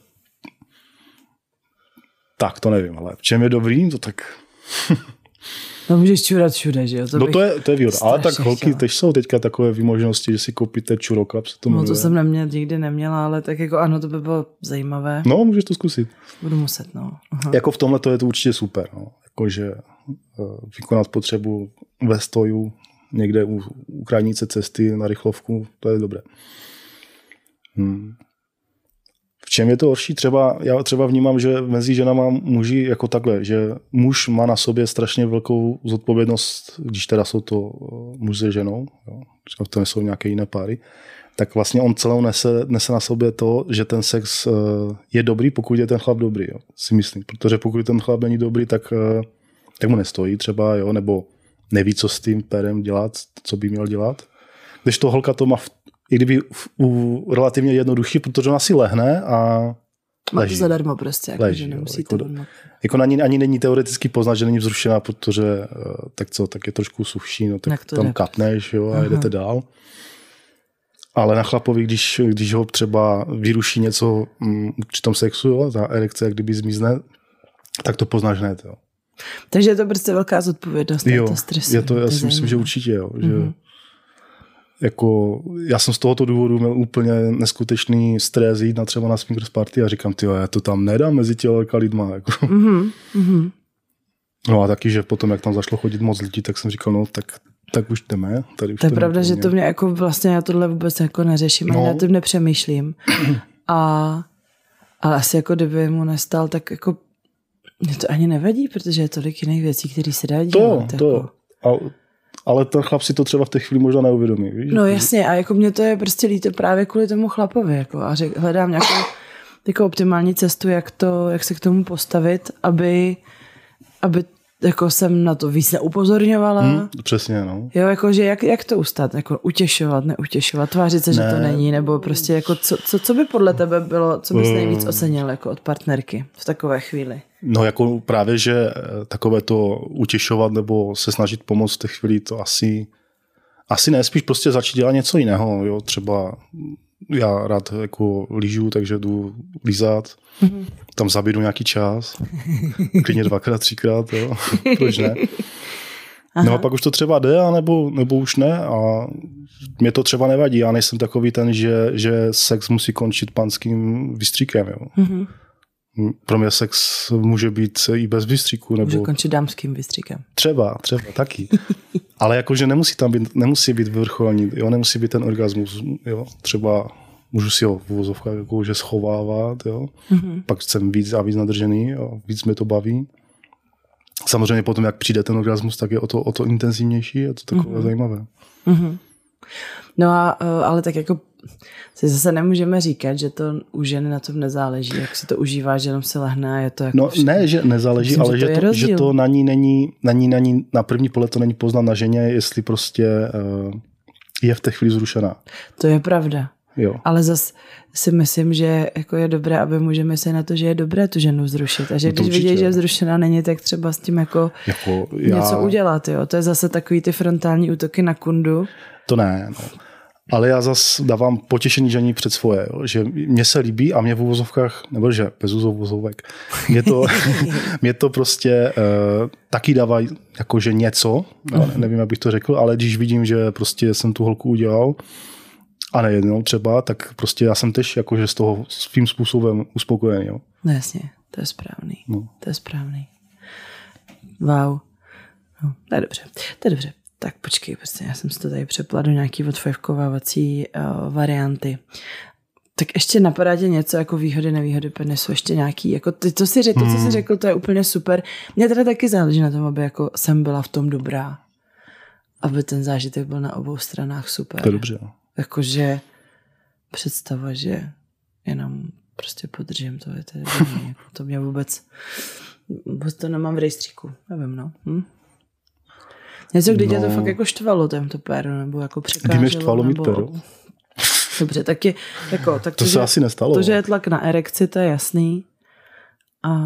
tak to nevím, ale v čem je dobrý, to tak... No můžeš čurat všude, že jo? To no to je, to je výhoda. Ale tak holky teď jsou teďka takové výmožnosti, že si koupíte čurokap. Se to no to jsem neměl, nikdy neměla, ale tak jako ano, to by bylo zajímavé. No, můžeš to zkusit. Budu muset, no. Aha. Jako v tomhle to je to určitě super, no. Jakože vykonat potřebu ve stoju někde u, u krajnice cesty na rychlovku, to je dobré. Hmm. V čem je to horší? Třeba, já třeba vnímám, že mezi ženama muži jako takhle, že muž má na sobě strašně velkou zodpovědnost, když teda jsou to muž se ženou, jo, to nejsou nějaké jiné páry, tak vlastně on celou nese, nese na sobě to, že ten sex je dobrý, pokud je ten chlap dobrý, jo, si myslím. Protože pokud ten chlap není dobrý, tak, tak mu nestojí třeba, jo, nebo neví, co s tím pérem dělat, co by měl dělat. Když to holka to má v i kdyby u, relativně jednoduchý, protože ona si lehne a má leží. to zadarmo prostě, jako, leží, že nemusí jako, to jako na ní ani není teoreticky poznat, že není vzrušená, protože tak co, tak je trošku suchší, no tak tam jde. Kapneš, jo, a jdete dál. Ale na chlapovi, když, když ho třeba vyruší něco m, při tom sexu, jo, ta erekce jak kdyby zmizne, tak to poznáš hned, jo. Takže je to prostě velká zodpovědnost. Jo, to stres, je to, já si myslím, že určitě, jo, že mm-hmm. jako já jsem z tohoto důvodu měl úplně neskutečný stres jít na třeba na swingers party a říkám, tyjo, já to tam nedám mezi tělika lidma. Jako. Mm-hmm. Mm-hmm. No a taky, že potom, jak tam zašlo chodit moc lidí, tak jsem říkal, no tak, tak už jdeme. Tady už to je pravda, že to mě jako vlastně já tohle vůbec jako neřeším, ani no. na tím nepřemýšlím. A ale asi jako kdyby mu nestal, tak jako mě to ani nevadí, protože je tolik jiných věcí, které se dá dělat. To, to. Jako. Ale, ale ten chlap si to třeba v té chvíli možná neuvědomí. Víš? No jasně, a jako mě to je prostě líto právě kvůli tomu chlapovi. Jako, a řek, hledám nějakou jako optimální cestu, jak, to, jak se k tomu postavit, aby, aby jako jsem na to víc neupozorňovala. Hmm, přesně, no. Jo, jakože jak, jak to ustát? Jako utěšovat, neutěšovat, tvářit se, ne. že to není, nebo prostě jako co, co, co by podle tebe bylo, co bys nejvíc ocenil jako od partnerky v takové chvíli? No jako právě, že takové to utěšovat nebo se snažit pomoct v té chvíli, to asi, asi ne, spíš prostě začít dělat něco jiného, jo, třeba já rád jako lížu, takže jdu lízat, mm-hmm. tam zabídu nějaký čas, klidně dvakrát, třikrát, jo, proč ne? Aha. No a pak už to třeba jde, nebo, nebo už ne a mě to třeba nevadí, já nejsem takový ten, že, že sex musí končit panským výstříkem, jo. Mm-hmm. Pro mě sex může být i bez výstříku. Nebo... Může končit dámským výstříkem. Třeba, třeba, taky. Ale jakože nemusí tam být, nemusí být vyvrcholení, jo, nemusí být ten orgasmus, jo, třeba můžu si ho v uvozovkách jakože schovávat, jo, mm-hmm. pak jsem víc a víc nadržený, jo, víc mě to baví. Samozřejmě potom, jak přijde ten orgasmus, tak je o to, o to intenzivnější, je to takové mm-hmm. zajímavé. Mm-hmm. No a, ale tak jako si zase nemůžeme říkat, že to u ženy na tom nezáleží, jak si to užívá, že jenom se lehne a je to jako... No všechno. Ne, že nezáleží, myslím, ale že to, že, to, že to na ní není, na ní, na ní, na první pohled to není poznat na ženě, jestli prostě uh, je v té chvíli zrušená. To je pravda. Jo. Ale zase si myslím, že jako je dobré, aby můžeme se na to, že je dobré tu ženu zrušit. A že no když vidí, že je zrušená není, tak třeba s tím jako, jako já... něco udělat. Jo? To je zase takový ty frontální útoky na kundu. To ne, no. Ale já zase dávám potěšení žení před svoje, jo? Že mně se líbí a mě v uvozovkách, nebo že bez uvozovek, mě to, mě to prostě uh, taky dává jakože něco, uh-huh. nevím, jak bych to řekl, ale když vidím, že prostě jsem tu holku udělal a nejednou třeba, tak prostě já jsem tež jakože z toho svým způsobem uspokojený. Jo? No jasně, to je správný. No. To je správný. Wow. No, to je dobře, to je dobře. Tak počkej, prostě já jsem si to tady přepla do nějaký odfajfkovávací uh, varianty. Tak ještě napadá tě něco jako výhody, nevýhody penisu, ještě nějaký, jako ty, co jsi řekl, hmm. co jsi řekl, to je úplně super. Mně teda taky záleží na tom, aby jako jsem byla v tom dobrá. Aby ten zážitek byl na obou stranách super. To je dobře. Jakože představa, že jenom prostě podržím, to je tedy jako to mě vůbec, vůbec to nemám v rejstříku, nevím, no. Hm? Něco, kdy no. tě to fakt jako štvalo, tento péro, nebo jako překáželo. Kdy mě štvalo nebo... mít péro? Dobře, tak je, jako, tak to, to se že, asi nestalo. To, že je tlak na erekci, to je jasný. A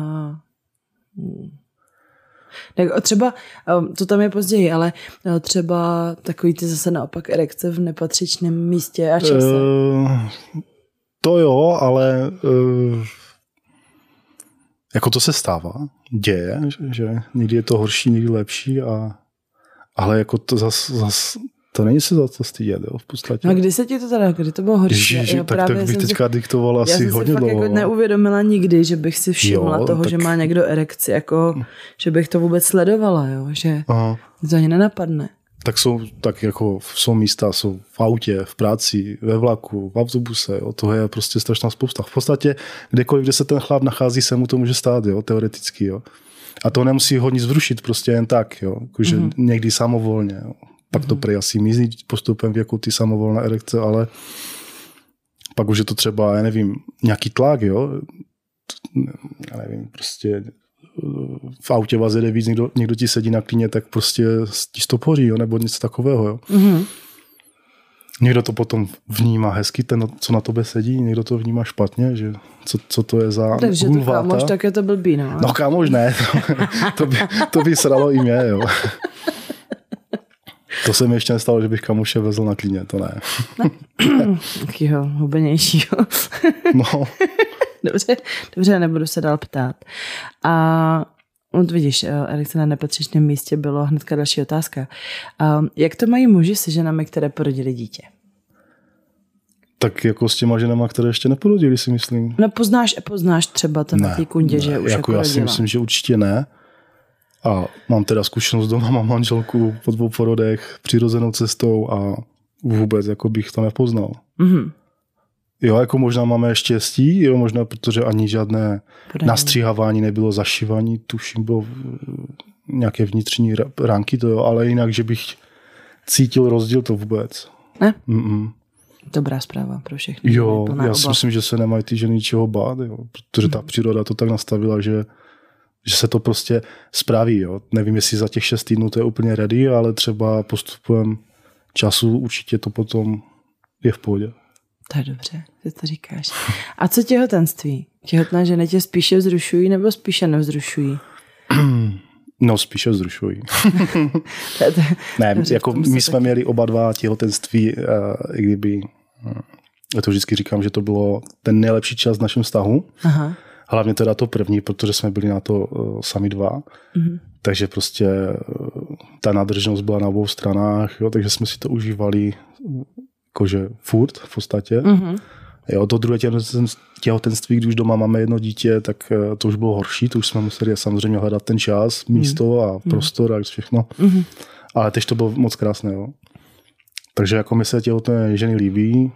tak třeba, to tam je později, ale třeba takový ty zase naopak erekce v nepatřičném místě a čase. Uh, to jo, ale uh, jako to se stává, děje, že, že někdy je to horší, někdy lepší, a, ale jako to zas, zas to není se za to stydět, jo, v podstatě. No kdy se ti to teda, kdy to bylo horší? Ježiši, tak, tak bych teďka si, diktoval asi hodně dlouho. Já jsem si fakt jako neuvědomila nikdy, že bych si všimla jo, toho, tak... že má někdo erekci, jako, že bych to vůbec sledovala, jo, že Aha. to ani nenapadne. Tak jsou, tak jako jsou místa, jsou v autě, v práci, ve vlaku, v autobuse, jo, toho je prostě strašná spousta. V podstatě kdekoliv, kde se ten chlap nachází, se mu to může stát, jo, teoreticky, jo. A to nemusí ho nic zrušit, prostě jen tak, jo, jakože mm-hmm. někdy samovolně, jo. Pak to prej asi mizí postupem věku ty samovolné erekce, ale pak už je to třeba, já nevím, nějaký tlak, jo. Já nevím, prostě v autě vás jede víc, někdo, někdo ti sedí na klíně, tak prostě ti stopoří, jo, nebo něco takového, jo. Mm-hmm. Někdo to potom vnímá hezky, ten, co na tobě sedí, někdo to vnímá špatně, že co, co to je za takže hulváta. Takže to kámoš, tak je to blbý, no. No kámoš ne, to, to, by, to by sralo i mě, jo. To se mi ještě nestalo, že bych kamoše vezl na klíně, to ne. Takýho hubenějšího. No. Dobře, dobře, nebudu se dál ptát. A No, vidíš, Erik, na nepatřičném místě bylo hnedka další otázka. Um, jak to mají muži se ženami, které porodili dítě? Tak jako s těma ženama, které ještě neporodili, si myslím. No poznáš, poznáš třeba to ne, na té kundě, ne, že už jako, jako já si myslím, že určitě ne. A mám teda zkušenost doma, mám manželku po dvou porodech, přirozenou cestou a vůbec jako bych to nepoznal. Mm-hmm. Jo, jako možná máme štěstí, jo, možná protože ani žádné Podání. nastříhávání nebylo, zašívání, tuším, bylo nějaké vnitřní ránky, to jo, ale jinak, že bych cítil rozdíl, to vůbec. Ne? Mm-mm. Dobrá zpráva pro všechny. Jo, já oba. si myslím, že se nemají ty ženy ničeho bát, jo, protože ta mm-hmm. příroda to tak nastavila, že, že se to prostě spraví. Jo. Nevím, jestli za těch šest týdnů to je úplně ready, ale třeba postupem času určitě to potom je v pohodě. To je dobře, že to říkáš. A co těhotenství? Těhotné ženy tě spíše vzrušují nebo spíše nevzrušují? No, spíše vzrušují. ne, dobře, jako my jsme taky. měli oba dva těhotenství, uh, i kdyby, uh, já to vždycky říkám, že to bylo ten nejlepší čas v našem vztahu. Aha. Hlavně teda to první, protože jsme byli na to uh, sami dva. Mhm. Takže prostě uh, ta nádržnost byla na obou stranách, jo, takže jsme si to užívali jakože furt v podstatě. Mhm. Jo, to druhé těhotenství, když už doma máme jedno dítě, tak to už bylo horší, to už jsme museli samozřejmě hledat ten čas, místo a prostor a všechno. Mm-hmm. Ale teď to bylo moc krásné. Jo. Takže jako mi se těhotné ženy líbí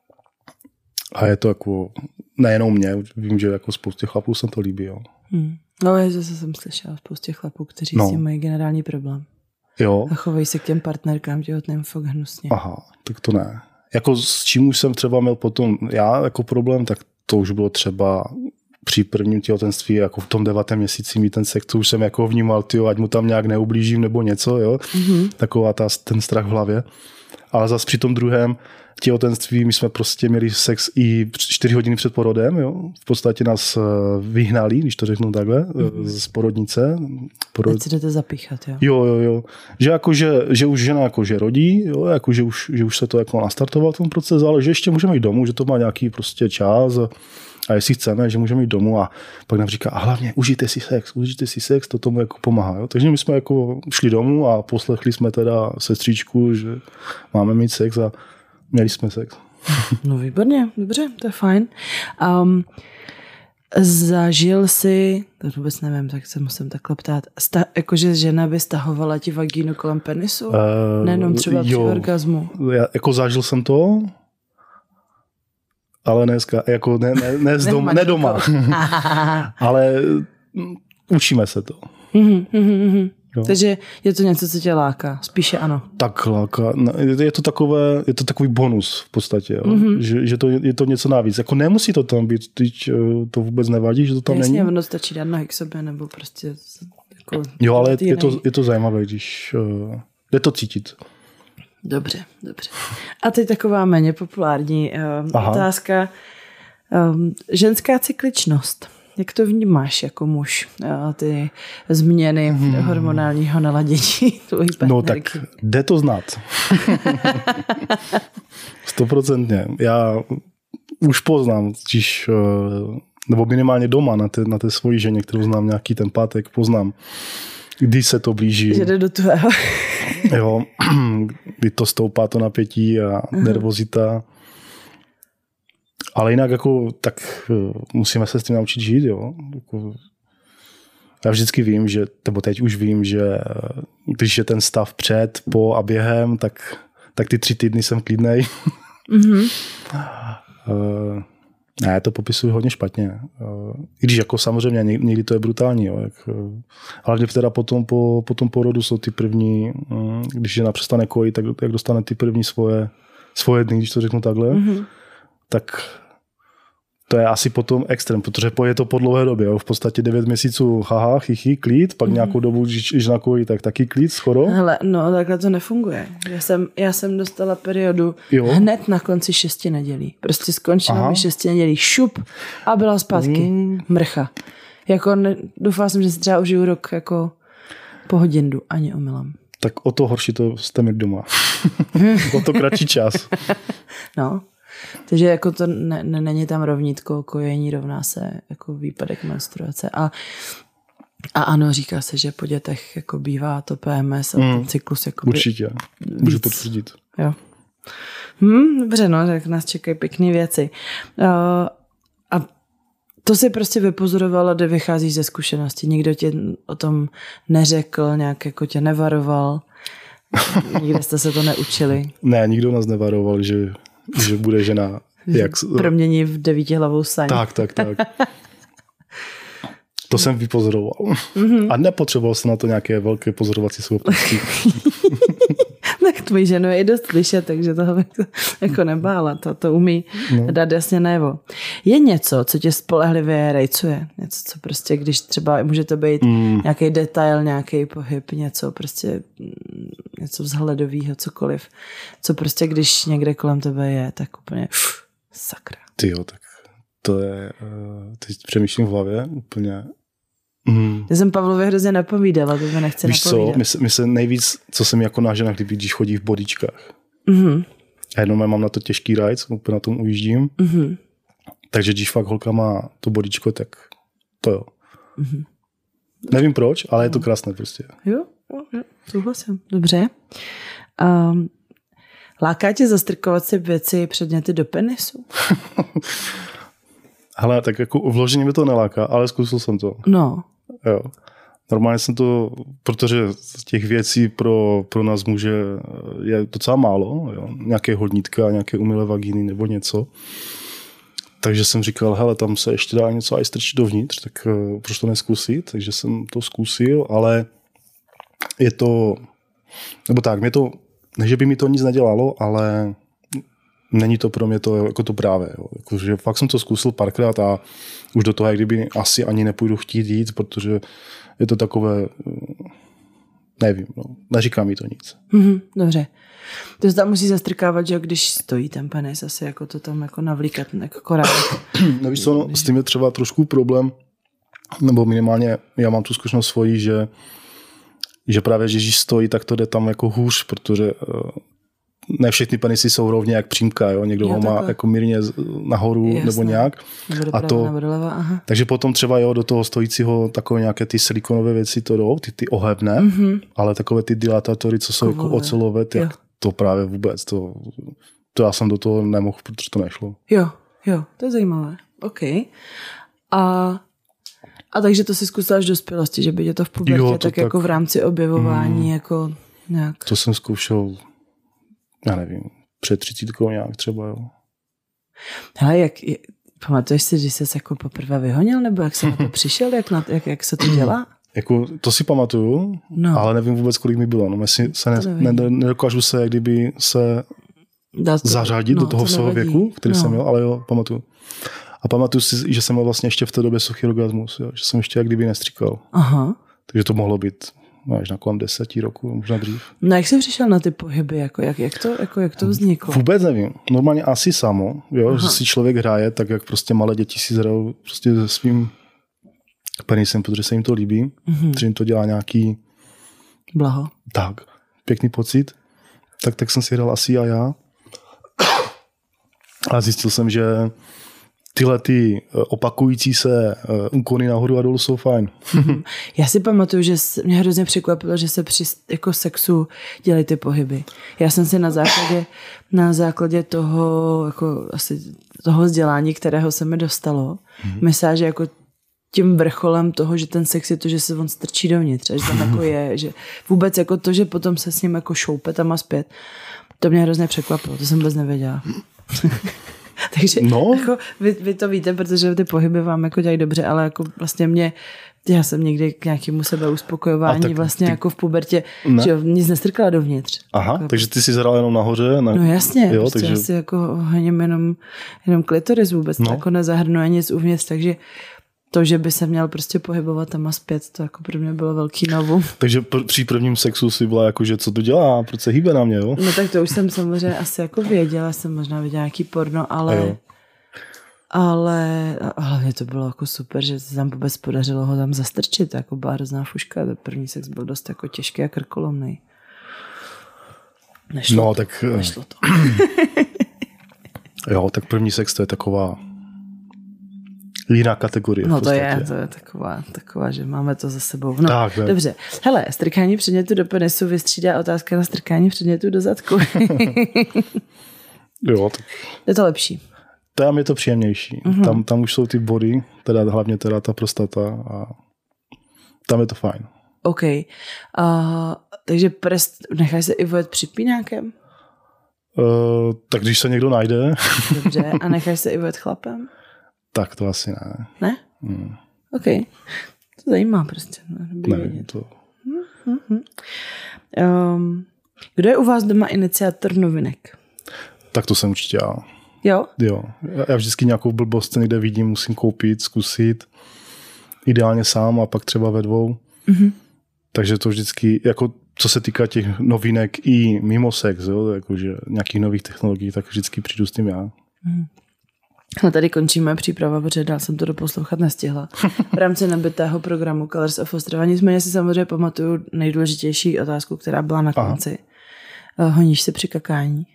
a je to jako nejenom mě, vím, že jako spoustě chlapů se to líbí. Jo. Mm. No, já zase jsem slyšela spoustě chlapů, kteří no. s tím mají generální problém. Jo. A chovají se k těm partnerkám těhotným fakt hnusně. Aha, tak to ne. Jako s čím už jsem třeba měl potom já jako problém, tak to už bylo třeba při prvním těhotenství, jako v tom devátém měsíci mít ten sex, to už jsem jako vnímal, tyjo, ať mu tam nějak neublížím nebo něco, jo. Mm-hmm. Taková ta, ten strach v hlavě. Ale zase při tom druhém těhotenství my jsme prostě měli sex i čtyři hodiny před porodem, jo. V podstatě nás vyhnali, když to řeknu takhle, mm-hmm. z porodnice. Porod... Teď si jdete zapíchat, jo. Jo, jo, jo. Že, jako, že, že už žena jako, že rodí, jo, jako, že, už, že už se to jako nastartoval ten proces, ale že ještě můžeme jít domů, že to má nějaký prostě čas a, a jestli chceme, že můžeme jít domů a pak nám říká, a hlavně užijte si sex, užijte si sex, to tomu jako pomáhá. Jo. Takže my jsme jako šli domů a poslechli jsme teda sestřičku, že máme mít sex a měli jsme sex. No výborně, dobře, to je fajn. Um, zažil jsi, to vůbec nevím, tak se musím takhle ptát, sta, jakože žena by stahovala ti vagínu kolem penisu? Uh, Nejenom třeba jo, při orgazmu. Já, jako zažil jsem to, ale dneska, jako ne, ne, ne, z dom, ne doma. Ale učíme se to. Mm-hmm, mm-hmm. Jo. Takže je to něco, co tě láká? Spíše ano. Tak láká. Je to, takové, je to takový bonus v podstatě. Mm-hmm. Že, že to, je to něco navíc. Jako nemusí to tam být. Teď to vůbec nevadí, že to tam Jasně, není. Ono stačí dát nohy k sobě, nebo prostě jako jo, ale je to, je to zajímavé, když uh, jde to cítit. Dobře, dobře. A teď taková méně populární uh, otázka. Um, ženská cykličnost. Jak to vnímáš jako muž? Ty změny hmm. hormonálního naladění tvojí partnerky? No tak jde to znát. Stoprocentně. Já už poznám, když, nebo minimálně doma na té, na té svojí ženě, kterou znám nějaký ten pátek, poznám, kdy se to blíží. Že jde do tvého. Jo, kdy to stoupá to napětí a uh-huh. nervozita. Ale jinak jako, tak musíme se s tím naučit žít, jo. Jako, já vždycky vím, že, nebo teď už vím, že když je ten stav před, po a během, tak, tak ty tři týdny jsem klidnej. Mm-hmm. uh, ne, to popisuju hodně špatně. Uh, I když jako samozřejmě někdy to je brutální, jo. Jak, uh, hlavně teda potom po, po tom porodu jsou ty první, um, když žena přestane kojit, tak jak dostane ty první svoje, svoje dny, když to řeknu takhle, mm-hmm. tak to je asi potom extrém, protože je to po dlouhé době. Jo. V podstatě devět měsíců haha, chichy, klid, pak mm-hmm. nějakou dobu, když nakojí, tak taky klid, skoro. Hele, no takhle to nefunguje. Já jsem, já jsem dostala periodu jo. hned na konci šesti nedělí. Prostě skončila mi šesti nedělí, šup a byla zpátky mm. mrcha. Jako ne, doufala jsem, že si třeba užiju rok jako po hodinu, ani omylem. Tak o to horší to jste mít doma. O to kratší čas. No. Takže jako to ne, ne, není tam rovnítko, kojení rovná se jako výpadek menstruace. A A ano, říká se, že po dětech jako bývá to P M S a mm, ten cyklus jako určitě, můžu potvrdit. Jo. Hm, dobře, no, tak nás čekají pěkné věci. Uh, a to si prostě vypozorovala, kde vycházíš ze zkušenosti. Nikdo ti o tom neřekl, nějak jako tě nevaroval. Nikde jste se to neučili. Ne, nikdo nás nevaroval, že, že bude žena jak... promění v devítihlavou saň. Tak, tak, tak. To jsem vypozoroval. Mm-hmm. A nepotřeboval jsem na to nějaké velké pozorovací schopnosti. Tak tvoji ženu je i dost slyšet, takže toho bych to jako nebála. To, to umí no. dát jasně najevo. Je něco, co tě spolehlivě rejcuje? Něco, co prostě, když třeba může to být mm. nějaký detail, nějaký pohyb, něco prostě něco vzhledového, cokoliv. Co prostě, když někde kolem tebe je, tak úplně uf, sakra. Tyjo, tak to je, teď přemýšlím v hlavě úplně. Mm. Já jsem Pavlovi hrozně napovídala, to mi nechci Víš napovídat. Víš co, my se nejvíc, co jsem jako na ženách líbí, když chodí v bodičkách. Mm-hmm. A jenom mám na to těžký rajc, úplně na tom ujíždím. Mm-hmm. Takže když fakt holka má to bodičko, tak to jo. Mm-hmm. Nevím proč, ale je to krásné prostě. Jo, jo, jo, souhlasím. Dobře. Um, láká tě zastrkovat si věci, předměty do penisu? Hele, tak jako vloženě mi to neláká, ale zkusil jsem to. No. Jo. Normálně jsem to, protože těch věcí pro, pro nás muže je docela málo, jo. Nějaké hodnítka, nějaké umělé vagíny nebo něco. Takže jsem říkal, hele, tam se ještě dá něco aj strčit dovnitř, tak uh, proč to neskusit? Takže jsem to zkusil, ale je to, nebo tak, mě to, ne, že by mi to nic nedělalo, ale není to pro mě to, jako to právě. Jo. Jako, že fakt jsem to zkusil párkrát a už do toho, jak kdyby asi ani nepůjdu chtít jít, protože je to takové, nevím, no, neříká mi to nic. Mm-hmm, dobře. To se tam musí zastrkávat, že když stojí ten penis, asi jako to tam jako navlíkat, jako korálek. No víš co, no, s tím je třeba trošku problém, nebo minimálně já mám tu zkušenost svoji, že, že právě, že když stojí, tak to jde tam jako hůř, protože ne všechny penisy jsou rovně jak přímka, jo? Někdo jo, ho má takhle jako mírně nahoru. Jasné. Nebo nějak. Nebo a to, doleva, aha. Takže potom třeba jo, do toho stojícího takové nějaké ty silikonové věci to jdou, ty, ty ohebné, mm-hmm. ale takové ty dilatátory, co jsou Kovové. Jako ocelové, tak to právě vůbec, to, to já jsem do toho nemohl, protože to nešlo. Jo, jo, to je zajímavé. OK. A, a takže to si zkusil až dospělosti, že by tě to v pubertě jo, to tak, tak jako v rámci objevování mm, jako nějak... To jsem zkoušel já nevím, před třicítkou nějak třeba, jo. Hele, jak, jak pamatuješ si, když jsi se jako poprvé vyhonil, nebo jak jsi na to přišel, jak, na, jak, jak se to dělá? Jako, to si pamatuju, no. Ale nevím vůbec, kolik mi bylo. No, jestli se ne, ne, nedokážu se, jak kdyby se to, zařadit no, do toho svého věku, který no. jsem měl, ale jo, pamatuju. A pamatuju si, že jsem měl vlastně ještě v té době suchý orgasmus, jo, že jsem ještě jak kdyby nestříkal. Aha. Takže to mohlo být až na kolem deseti roku, možná dřív. No jak jsi přišel na ty pohyby, jako jak, jak, to, jako, jak to vzniklo? Vůbec nevím. Normálně asi samo, jo, že si člověk hraje, tak jak prostě malé děti si hrajou prostě se svým penisem, protože se jim to líbí, mm-hmm. že jim to dělá nějaký blaho. Tak, pěkný pocit. Tak, tak jsem si hrál asi a já. A zjistil jsem, že tyhle ty opakující se úkony nahoru a dolů jsou fajn. Já si pamatuju, že mě hrozně překvapilo, že se při jako sexu dělají ty pohyby. Já jsem si na základě, na základě toho, jako asi toho vzdělání, kterého se mi dostalo, hmm. myslela, že jako tím vrcholem toho, že ten sex je to, že se on strčí dovnitř, a že tam jako je, že vůbec jako to, že potom se s ním jako šoupe tam a zpět, to mě hrozně překvapilo, to jsem vůbec nevěděla. Takže no. jako, vy, vy to víte, protože ty pohyby vám jako dělají dobře, ale jako vlastně mě, já jsem někdy k nějakému sebeuspokojování vlastně ty, jako v pubertě, ne. že nic nestrkala dovnitř. Aha, jako, takže ty jsi zhrál jenom nahoře? Na... No jasně, jo, prostě takže... já si jako honím jenom, jenom klitoris vůbec, no. jako nezahrnuje nic uvnitř, takže to, že by se měl prostě pohybovat tam a zpět, to jako pro mě bylo velký novum. Takže pr- při prvním sexu si byla jako, že co to dělá, proč se hýbe na mě, jo? No tak to už jsem samozřejmě asi jako věděla, jsem možná viděla nějaký porno, ale ale hlavně to bylo jako super, že se tam vůbec podařilo ho tam zastrčit, jako byla hrozná fuška, to první sex byl dost jako těžký a krkolomnej. Nešlo no, to, tak nešlo to. Jo, tak první sex to je taková jiná kategorie. No to je, to je taková, taková, že máme to za sebou. No, tak, dobře. Hele, strkání předmětu do penisu vystřídá otázka na strkání předmětu do zadku. Jo. Tak... Je to lepší. Tam je to příjemnější. Uh-huh. Tam, tam už jsou ty body, teda hlavně teda ta prostata a tam je to fajn. OK. Uh, takže prst necháš se i vojet připínákem? Uh, tak když se někdo najde. Dobře. A necháš se i vojet chlapem? Tak to asi ne. Ne? Hmm. OK. To zajímá prostě. Ne, to... Uh-huh. Um, kdo je u vás doma iniciátor novinek? Tak to jsem určitě já. Jo? Jo. Já vždycky nějakou blbost někde vidím, musím koupit, zkusit. Ideálně sám a pak třeba ve dvou. Mm-hmm. Takže to vždycky, jako co se týká těch novinek i mimo sex, jo, jakože nějakých nových technologií, tak vždycky přijdu s tím já. Mm. No tady končíme příprava, protože dál jsem to doposlouchat nestihla. V rámci nabitého programu Colors of Ostrava. Nicméně si samozřejmě pamatuju nejdůležitější otázku, která byla na konci. Aha. Honíš se při kakání?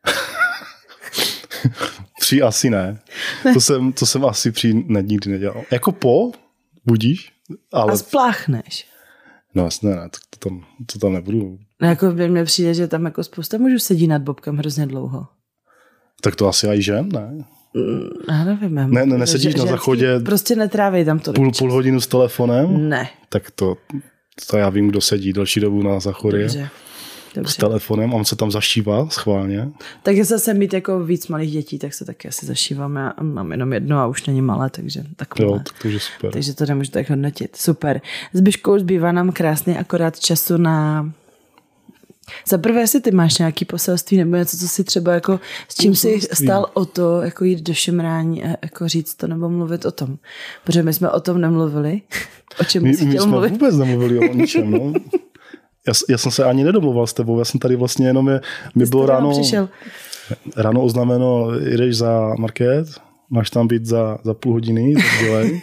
Při asi ne. ne. To, jsem, to jsem asi při ne, nikdy nedělal. Jako po, budíš. Ale... A spláchneš? No jasně ne, to, to, tam, to tam nebudu. No jako mně přijde, že tam jako spousta mužů sedí nad bobkem hrozně dlouho. Tak to asi aj žen, ne? Já nevím. Ne, ne, nesedíš na záchodě. Prostě netrávej tam to. Půl, půl hodinu s telefonem? Ne. Tak to, to já vím, kdo sedí delší dobu na záchodě. Dobře. Dobře. S telefonem a on se tam zašívá schválně. Tak jestli jsem mít jako víc malých dětí, tak se taky asi zašívám. Já mám jenom jedno a už není malé, takže takové. Jo, tak to je super. Takže to nemůžu tak hodnotit. Super. S Biškou zbývá nám krásný akorát času na... Za prvé, jestli ty máš nějaký poselství nebo něco, co si třeba jako, s čím jsi stál o to, jako jít do šimrání a jako říct to nebo mluvit o tom. Protože my jsme o tom nemluvili. O čem my, jsi my chtěl jsme mluvit? vůbec nemluvili o ničem, no. Já, já jsem se ani nedomluval s tebou, já jsem tady vlastně jenom, je, mi bylo ráno, ráno oznámeno, jdeš za market, máš tam být za, za půl hodiny, tak dělej.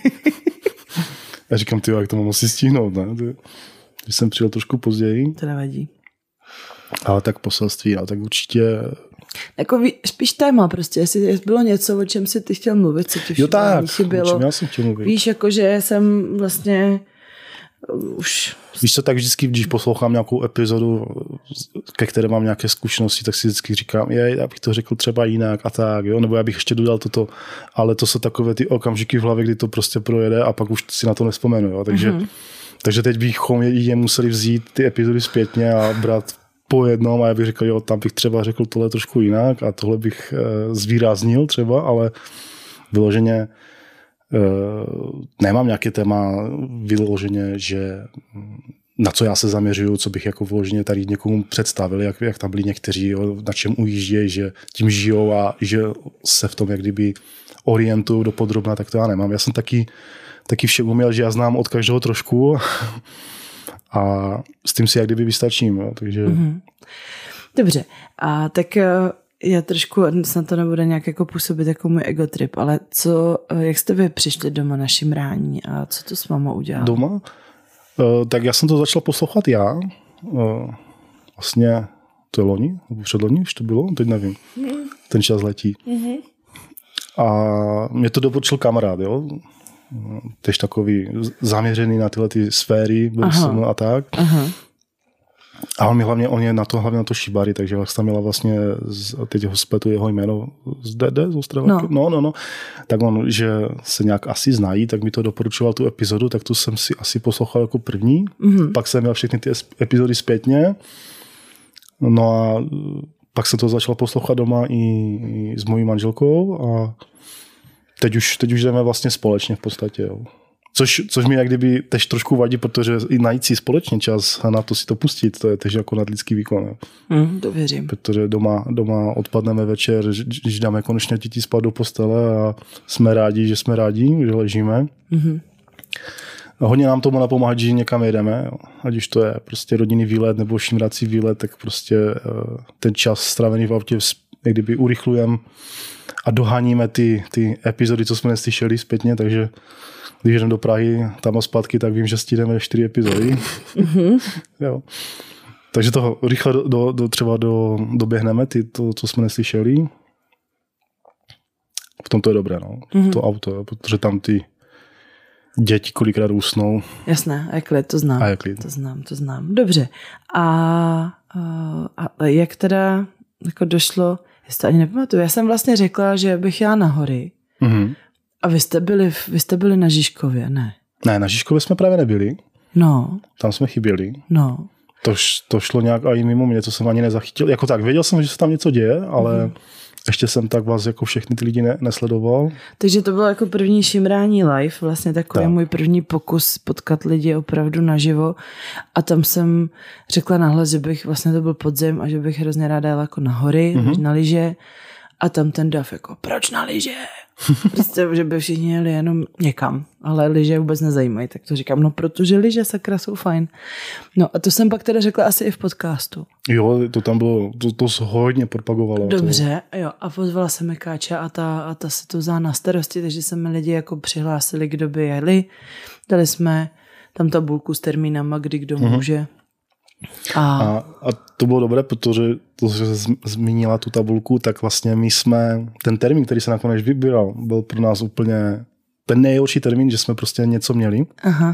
Já říkám, ty, jak to mám asi stihnout, ne? Když jsem přijel trošku později. To nevadí. Ale tak poselství, no, tak určitě... Jako ví, spíš téma prostě, jestli bylo něco, o čem si ty chtěl mluvit, co ti jo, tak, chybělo. o čem já jsem chtěl mluvit. Víš, jako, že jsem vlastně už... Víš co, tak vždycky, když poslouchám nějakou epizodu, ke které mám nějaké zkušenosti, tak si vždycky říkám, je, já bych to řekl třeba jinak a tak, jo, nebo já bych ještě dodal toto, ale to jsou takové ty okamžiky v hlavě, kdy to prostě projede a pak už si na to nespomenu, jo, takže, mm-hmm. takže teď bychom je museli vzít ty epizody zpětně a brát po jednom a já bych řekl, jo, tam bych třeba řekl tohle trošku jinak a tohle bych e, zvýraznil třeba, ale vyloženě e, nemám nějaké téma vyloženě, že na co já se zaměřuju, co bych jako vyloženě tady někomu představil, jak, jak tam byli někteří, jo, na čem ujíždějí, že tím žijou a že se v tom jak kdyby orientují do podrobna, tak to já nemám. Já jsem taky, taky však uměl, že já znám od každého trošku a s tím si jak kdyby vystačím. Jo, takže... Mm-hmm. Dobře, a tak já trošku, snad to nebude nějak jako působit jako můj egotrip, ale co, jak jste vy přišli doma na šimrání a co to s mámou udělala? Doma? Uh, tak já jsem to začal poslouchat já. Uh, vlastně to je loni, nebo předloni, už to bylo, teď nevím. Mm. Ten čas letí. Mm-hmm. A mě to doporučil kamarád, jo. Tež takový zaměřený na tyhle ty sféry a tak. Aha. A on mi hlavně, on je na to, hlavně na to šibari, takže jak tam měla vlastně, teď ho spletu jeho jméno z D D, z Ostrava. No. no, no, no. Tak on, že se nějak asi znají, tak mi to doporučoval tu epizodu, tak tu jsem si asi poslouchal jako první. Mm-hmm. Pak jsem měl všechny ty epizody zpětně. No a pak jsem to začal poslouchat doma i, i s mojí manželkou a teď už, teď už jdeme vlastně společně v podstatě, jo. Což, což mi jak kdyby tež trošku vadí, protože i najít si společně čas a na to si to pustit, to je tež jako nadlidský výkon. Mm, to věřím. Protože doma, doma odpadneme večer, když dáme konečně děti spát do postele a jsme rádi, že jsme rádi, že ležíme. Mm-hmm. A hodně nám tomu napomáhá, že někam jedeme, jo. Ať už to je prostě rodinný výlet nebo šimrací výlet, tak prostě ten čas strávený v autě jak kdyby urychlujeme a doháníme ty, ty epizody, co jsme neslyšeli zpětně, takže když jdem do Prahy tam a zpátky, tak vím, že stihneme čtyři epizody. Mm-hmm. Jo. Takže to rychle do, do, do, třeba do, doběhneme, ty, to, co jsme neslyšeli. v tom to je dobré, no. Mm-hmm. To auto, jo, protože tam ty děti kolikrát usnou. Jasné, a je klid, to znám. A je klid. To znám, to znám. Dobře. A, a, a jak teda jako došlo, já si to ani nepamatuju, já jsem vlastně řekla, že bych jela na hory. Mm-hmm. A vy jste byli, vy jste byli na Žižkově, ne? Ne, na Žižkově jsme právě nebyli. No. Tam jsme chyběli. No. To, to šlo nějak i mimo mě, co jsem ani nezachytil. Jako tak, věděl jsem, že se tam něco děje, ale mm. ještě jsem tak vás jako všechny ty lidi ne, nesledoval. Takže to bylo jako první šimrání live, vlastně takový tak. můj první pokus potkat lidi opravdu naživo. A tam jsem řekla nahlas, že bych, vlastně to byl podzim a že bych hrozně ráda jela jako na hory, mm-hmm. na lyže. A tam ten dav jako, proč na lyže? Prostě, že by všichni jeli jenom někam, ale lyže vůbec nezajímají, tak to říkám, no protože lyže sakra jsou fajn. No a to jsem pak teda řekla asi i v podcastu. Jo, to tam bylo, to, to se hodně propagovalo. Dobře, to... jo, a pozvala se mi Káča a ta, a ta se to vzala na starosti, takže se mi lidi jako přihlásili, kdo by jeli. Dali jsme tam tabulku s termínama, kdy kdo mm-hmm. může. A... A, a to bylo dobré, protože to, že zmínila tu tabulku, tak vlastně my jsme, ten termín, který se nakonec vybíral, byl pro nás úplně ten nejhorší termín, že jsme prostě něco měli. Aha.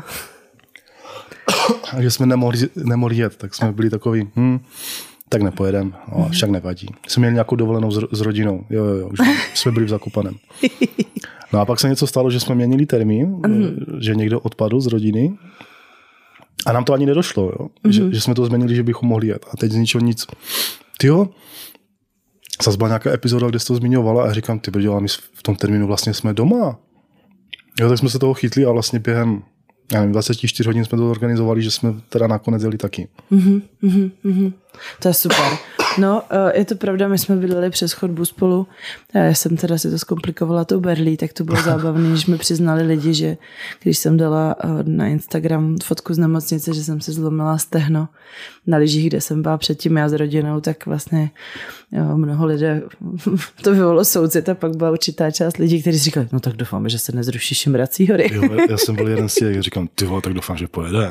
A že jsme nemohli, nemohli jet, tak jsme byli takový, hm, tak nepojedem, no, však nevadí. Jsme měli nějakou dovolenou s, s rodinou, jo, jo, jo, už jsme byli v Zakopaném. No a pak se něco stalo, že jsme měnili termín, mm-hmm. že někdo odpadl z rodiny. A nám to ani nedošlo, jo? Mm-hmm. Že, že jsme to změnili, že bychom mohli jet. A teď z ničeho nic. Tyjo, zase byla nějaká epizoda, kde jsi to zmiňovala a říkám, ty brďo, ale my v tom termínu vlastně jsme doma. Jo, tak jsme se toho chytli a vlastně během já nevím, dvacet čtyři hodin jsme to organizovali, že jsme teda nakonec jeli taky. Mm-hmm, mm-hmm. To je super. No, je to pravda, my jsme bydleli přes chodbu spolu. Já jsem teda si to zkomplikovala tou berlí, tak to bylo zábavné, když mi přiznali lidi, že když jsem dala na Instagram fotku z nemocnice, že jsem si zlomila stehno na lyžích, kde jsem byla předtím já s rodinou, tak vlastně jo, mnoho lidé to vyvolalo soucit a pak byla určitá část lidí, kteří si říkali, no tak doufám, že se nezruší Šimrací hory. Jo, já jsem byl jeden z těch, říkám, ty vole, tak doufám, že pojede.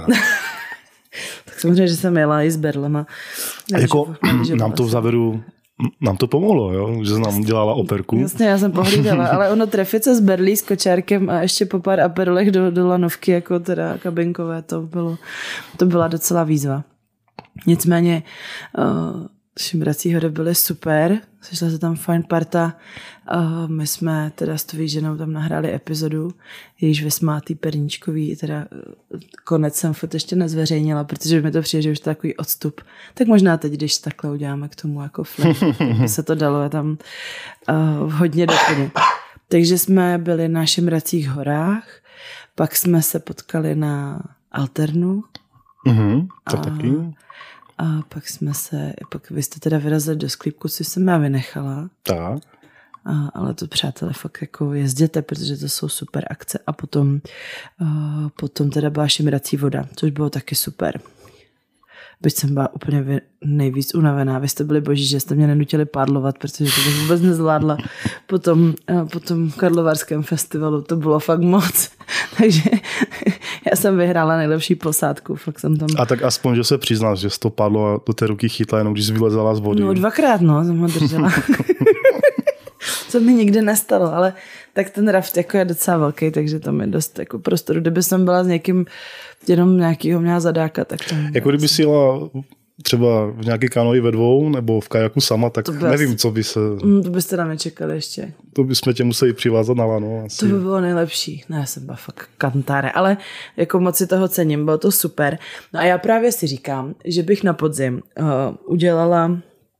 Tak samozřejmě, že jsem jela i s berlema. A jako nám to v závěru, nám to pomohlo, jo? Že nám dělala operku. Jasně, já jsem pohlídala, ale ono trefit se s berlí, s kočárkem a ještě po pár aperolech do, do lanovky, jako teda kabinkové, to bylo, to byla docela výzva. Nicméně uh, Šimrací hory byly super, sešla se tam fajn parta. Uh, my jsme teda s tvojí ženou tam nahráli epizodu, jejíž vysmátý perníčkový, teda konec jsem furt ještě nezveřejnila, protože mi to přijde, že už to takový odstup. Tak možná teď, když takhle uděláme k tomu jako flip, by se to dalo tam uh, hodně doplnit. Takže jsme byli na Šimracích horách, pak jsme se potkali na Alternu. Mm-hmm, to a, taky. A pak jsme se, pak vy jste teda vyrazili do Sklípku, což jsem já vynechala. Tak. A, ale to, přátelé, fakt jako jezděte, protože to jsou super akce. A potom, uh, potom teda byla Šimrací voda, což bylo taky super. Byť jsem byla úplně vy, nejvíc unavená. Vy jste byli boží, že jste mě nenutili pádlovat, protože to bych vůbec nezvládla. Potom, uh, po tom Karlovarském festivalu to bylo fakt moc. Takže já jsem vyhrála nejlepší posádku. Fakt jsem tam... A tak aspoň, že se přiznáš, že jsi to pádlo a do té ruky chytla, jenom když jsi vylezala z vody. No dvakrát, no, jsem ho držela. Co mi nikdy nestalo, ale tak ten raft jako je docela velký, takže tam je dost jako prostoru. Kdyby jsem byla s někým, jenom nějakýho měla zadáka, tak tam... Jako kdyby si jela třeba v nějaký kanoji ve dvou, nebo v kajaku sama, tak by nevím, asi, co by se... To byste nám nečekali ještě. To bychom tě museli přivázat na lano. Asi. To by bylo nejlepší. Ne, já jsem byla fakt kantáre, ale jako moc si toho cením, bylo to super. No a já právě si říkám, že bych na podzim uh, udělala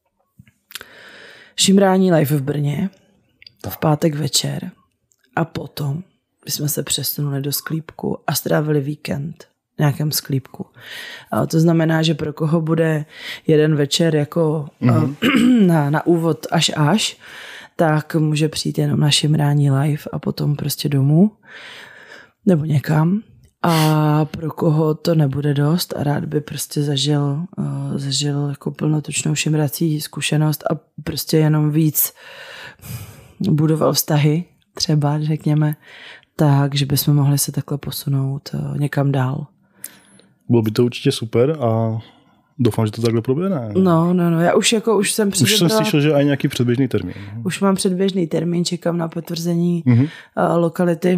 šimrání live v Brně v pátek večer a potom jsme se přesunuli do Sklípku a strávili víkend v nějakém Sklípku. A to znamená, že pro koho bude jeden večer jako mm-hmm. na, na úvod až až, tak může přijít jenom na šimrání live a potom prostě domů nebo někam. A pro koho to nebude dost a rád by prostě zažil, uh, zažil jako plnotučnou šimrací zkušenost a prostě jenom víc budoval vztahy, třeba řekněme, takže bychom mohli se takhle posunout uh, někam dál. Bylo by to určitě super a Doufám, že to takhle proběhne. No, no, no, já už jako, už jsem Už jsem slyšel, že aj nějaký předběžný termín. Už mám předběžný termín, čekám na potvrzení mm-hmm. uh, lokality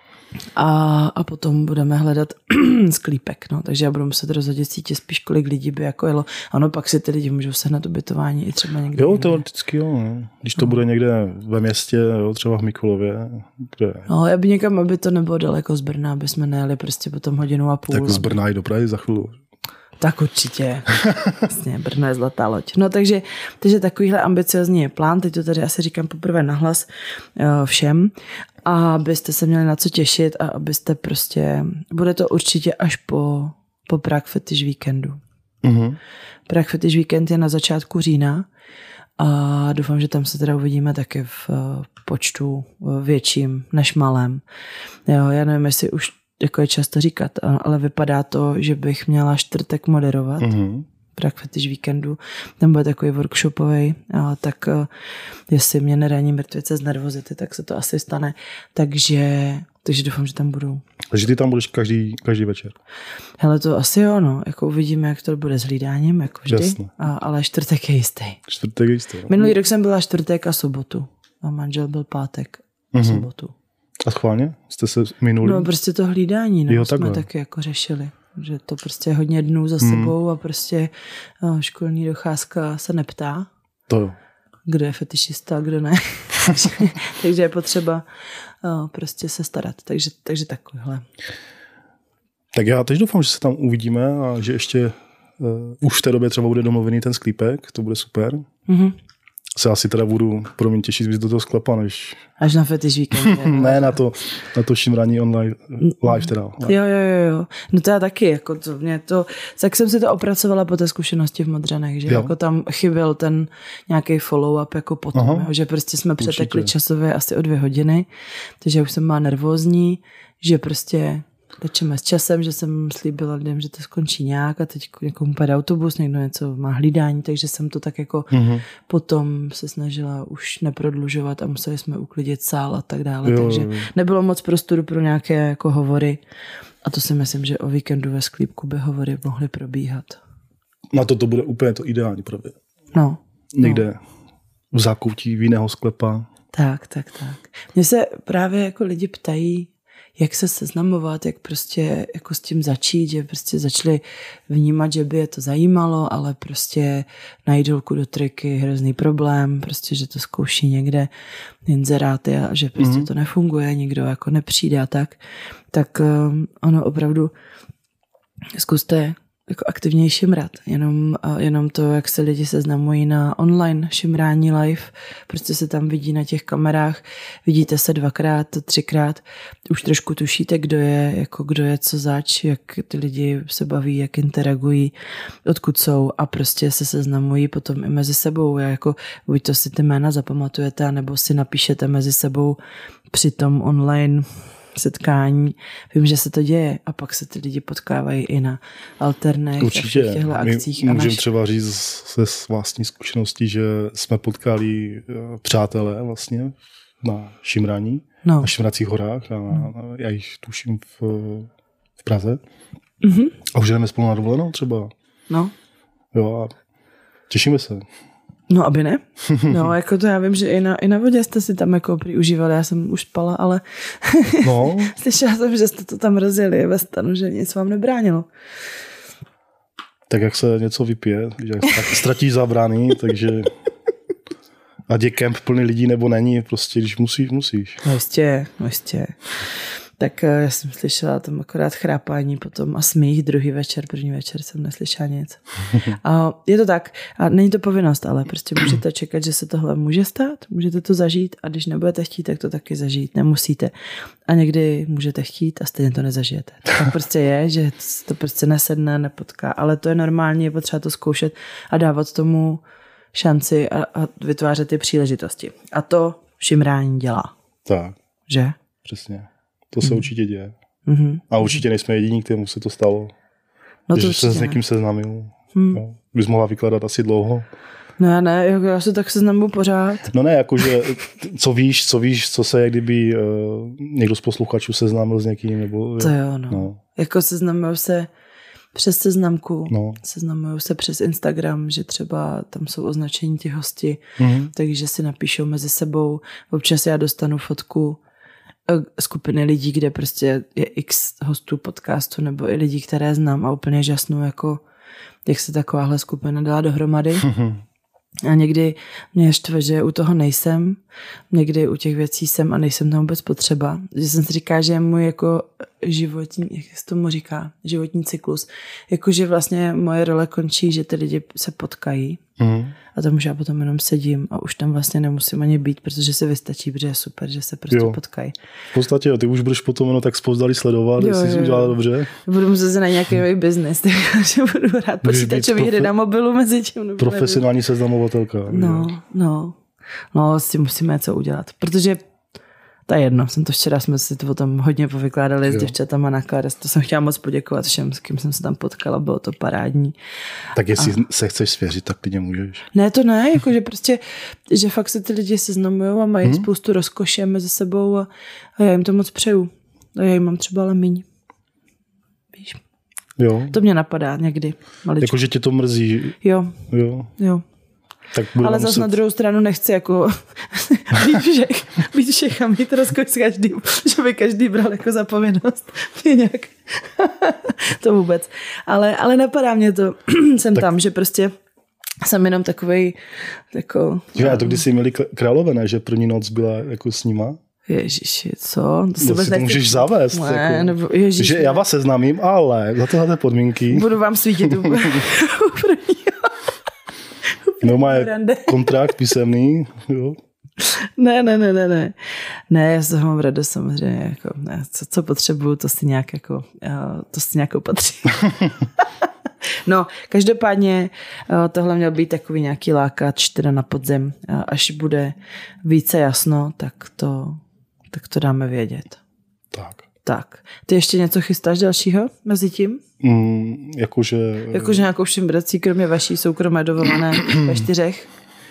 a, a potom budeme hledat sklípek, no, takže já budu muset rozhodit sítě spíš, kolik lidí by jako jelo. Ano, pak si ty lidi můžou sehnat ubytování i třeba někde. Jo, teoreticky jo, no. Když to no. bude někde ve městě, jo, třeba v Mikulově. Kde... No, já by někam, aby to nebylo daleko z Brna, aby jsme nejeli prostě potom hodinu a půl. Tak z Brna i do Prahy za chvíli. Tak určitě. Vlastně, Brno je zlatá loď. No takže, takže takovýhle ambiciozní je plán. Teď to tady asi říkám poprvé nahlas všem. A abyste se měli na co těšit a abyste prostě... Bude to určitě až po, po Prague Fetish víkendu. Mm-hmm. Prague Fetish víkend je na začátku října a doufám, že tam se teda uvidíme taky v počtu větším než malém. Jo, já nevím, jestli už jako je často říkat, ale vypadá to, že bych měla čtvrtek moderovat mm-hmm. Prague Fetish víkendu. Tam bude takový workshopový, tak jestli mě neraní mrtvice z nervozity, tak se to asi stane. Takže, takže doufám, že tam budou. Takže ty tam budeš každý, každý večer? Hele, to asi jo, no. Jako uvidíme, jak to bude s hlídáním, jako vždy. A, ale čtvrtek je jistý. Čtvrtek je jistý. No. Minulý rok jsem byla čtvrtek a sobotu. A manžel byl pátek a mm-hmm. sobotu. A schválně? Jste se minuli? No prostě to hlídání, no, jo, jsme taky jako řešili. Že to prostě je hodně dnů za sebou hmm. a prostě školní docházka se neptá. To jo. Kdo je fetišista, kdo ne. Takže je potřeba prostě se starat. Takže, takže takovýhle. Tak já teď doufám, že se tam uvidíme a že ještě uh, už v té době třeba bude domluvený ten sklípek. To bude super. Mm-hmm. Se asi teda budu pro mě těšit víc do toho sklepa, než... Až na Fetish víkend. Ne, na to, na to šimrání online live teda. Jo, jo, jo, jo. No to já taky, jako to mě to... Tak jsem si to opracovala po té zkušenosti v Modřanech, že jo. Jako tam chyběl ten nějaký follow-up jako potom, jo, že prostě jsme určitě přetekli časově asi o dvě hodiny, takže už jsem má nervózní, že prostě... Tečeme s časem, že jsem slíbila lidem, že to skončí nějak a teď někomu pade autobus, někdo něco má hlídání, takže jsem to tak jako mm-hmm. potom se snažila už neprodlužovat a museli jsme uklidit sál a tak dále, jo, takže nebylo moc prostoru pro nějaké jako hovory a to si myslím, že o víkendu ve sklípku by hovory mohly probíhat. Na to to bude úplně to ideální právě. No. Někde no. v zákoutí jiného sklepa. Tak, tak, tak. Mně se právě jako lidi ptají, jak se seznamovat, jak prostě jako s tím začít, že prostě začali vnímat, že by je to zajímalo, ale prostě najít holku do triky, hrozný problém, prostě, že to zkouší někde inzeráty a že prostě mm-hmm. to nefunguje, nikdo jako nepřijde a tak, tak um, ono opravdu zkuste jako aktivněji šimrat. Jenom, jenom to, jak se lidi seznamují na online šimrání live, prostě se tam vidí na těch kamerách, vidíte se dvakrát, třikrát, už trošku tušíte, kdo je, jako kdo je co zač, jak ty lidi se baví, jak interagují, odkud jsou a prostě se seznamují potom i mezi sebou. Já jako, buď to si ty jména zapamatujete, nebo si napíšete mezi sebou při tom online setkání. Vím, že se to děje a pak se ty lidi potkávají i na alternech. Určitě. A v těchto akcích. My můžeme naš... třeba říct ze vlastní zkušenosti, že jsme potkali přátelé vlastně na šimrání, no. na Šimracích horách a no. já jich tuším v, v Praze. Mm-hmm. A už jdeme spolu na dovolenou třeba. No. Jo a těšíme se. No, aby ne. No, jako to já vím, že i na, i na vodě jste si tam jako užívali, já jsem už spala, ale no. slyšela jsem, že jste to tam rozjeli ve stanu, že nic vám nebránilo. Tak jak se něco vypije, jak ztratíš zábrany, takže ať je kemp plný lidí nebo není, prostě když musíš, musíš. No jistě, no jistě. Tak já jsem slyšela tam akorát chrápání potom a smích druhý večer, první večer jsem neslyšela nic. A je to tak. A není to povinnost, ale prostě můžete čekat, že se tohle může stát, můžete to zažít a když nebudete chtít, tak to taky zažít. Nemusíte. A někdy můžete chtít a stejně to nezažijete. To tak prostě je, že to prostě nesedne, nepotká, ale to je normální, je potřeba to zkoušet a dávat tomu šanci a, a vytvářet ty příležitosti. A to šimrání dělá. Tak. Že? Přesně. To se mm. určitě děje. Mm-hmm. A určitě nejsme jediní, kterému se to stalo. No to že se s někým seznámil. Mm. No, bys mohla vykladat asi dlouho. No já ne, já se tak seznamuji pořád. No ne, jakože co víš, co víš, co se, jak kdyby uh, někdo z posluchačů seznámil s někým. Nebo, to jo, no. no. Jako seznamuji se Přes seznamku. No. Seznamují se přes Instagram, že třeba tam jsou označení těch hosti, mm-hmm. takže si napíšou mezi sebou. Občas já dostanu fotku skupiny lidí, kde prostě je x hostů podcastu nebo i lidí, které znám a úplně žasnu, jako jak se takováhle skupina dala dohromady. A někdy mě štve, že u toho nejsem, někdy u těch věcí jsem a nejsem tam vůbec potřeba. Že jsem si říká, že je můj jako životní, jak se tomu říká, životní cyklus. Jakože vlastně moje role končí, že ty lidi se potkají mm. a tam už já potom jenom sedím a už tam vlastně nemusím ani být, protože se vystačí, protože je super, že se prostě jo. potkají. V podstatě jo, ty už budeš potom jenom tak zpozdali sledovat, jo, jestli jsi udělala dobře. Budu muset se na nějaký nový biznis, takže budu hrát počítačové hry na mobilu mezi tím. Profesionální seznamovatelka. No, jo. no. No, s tím musíme něco udělat, protože to je jedno, jsem to včera, jsme si to o tom hodně povykládali jo. s děvčatama na Klares, to jsem chtěla moc poděkovat všem, s kým jsem se tam potkala, bylo to parádní. Tak jestli a... se chceš svěřit, tak klidně můžeš. Ne, to ne, jakože prostě, že fakt se ty lidi seznamujou a mají hmm. spoustu rozkoše mezi sebou a, a já jim to moc přeju. A já jim mám třeba ale míň. Víš? Jo. To mě napadá někdy. Jakože tě to mrzí. Jo. Jo. Jo. Tak ale zase muset... na druhou stranu nechci jako být všech, být všech a mít rozkoš s každým, že by každý bral jako zapovědnost. Nějak. To vůbec. Ale, ale napadá mě to, jsem tak... tam, že prostě jsem jenom takovej jako... Jo, a to když jsi měli králové, ne? Že první noc byla jako s nima? Ježiši, co? To si, to si to můžeš zavést. Ne, jako, nebo, ježiši, že já vás seznámím, ale za tohle podmínky... Budu vám svítit u No má kontrakt písemný, jo. Ne, ne, ne, ne, ne. Ne, já se mám radost samozřejmě, jako, ne, co, co potřebuju, to si nějak jako, to si nějak opatří. No, každopádně tohle měl být takový nějaký lákač teda na podzem. Až bude více jasno, tak to, tak to dáme vědět. Tak. Tak. Ty ještě něco chystáš dalšího mezi tím? Mm, jakože... Jakože nějakou šimbrací, kromě vaší soukromé dovolené ve čtyřech?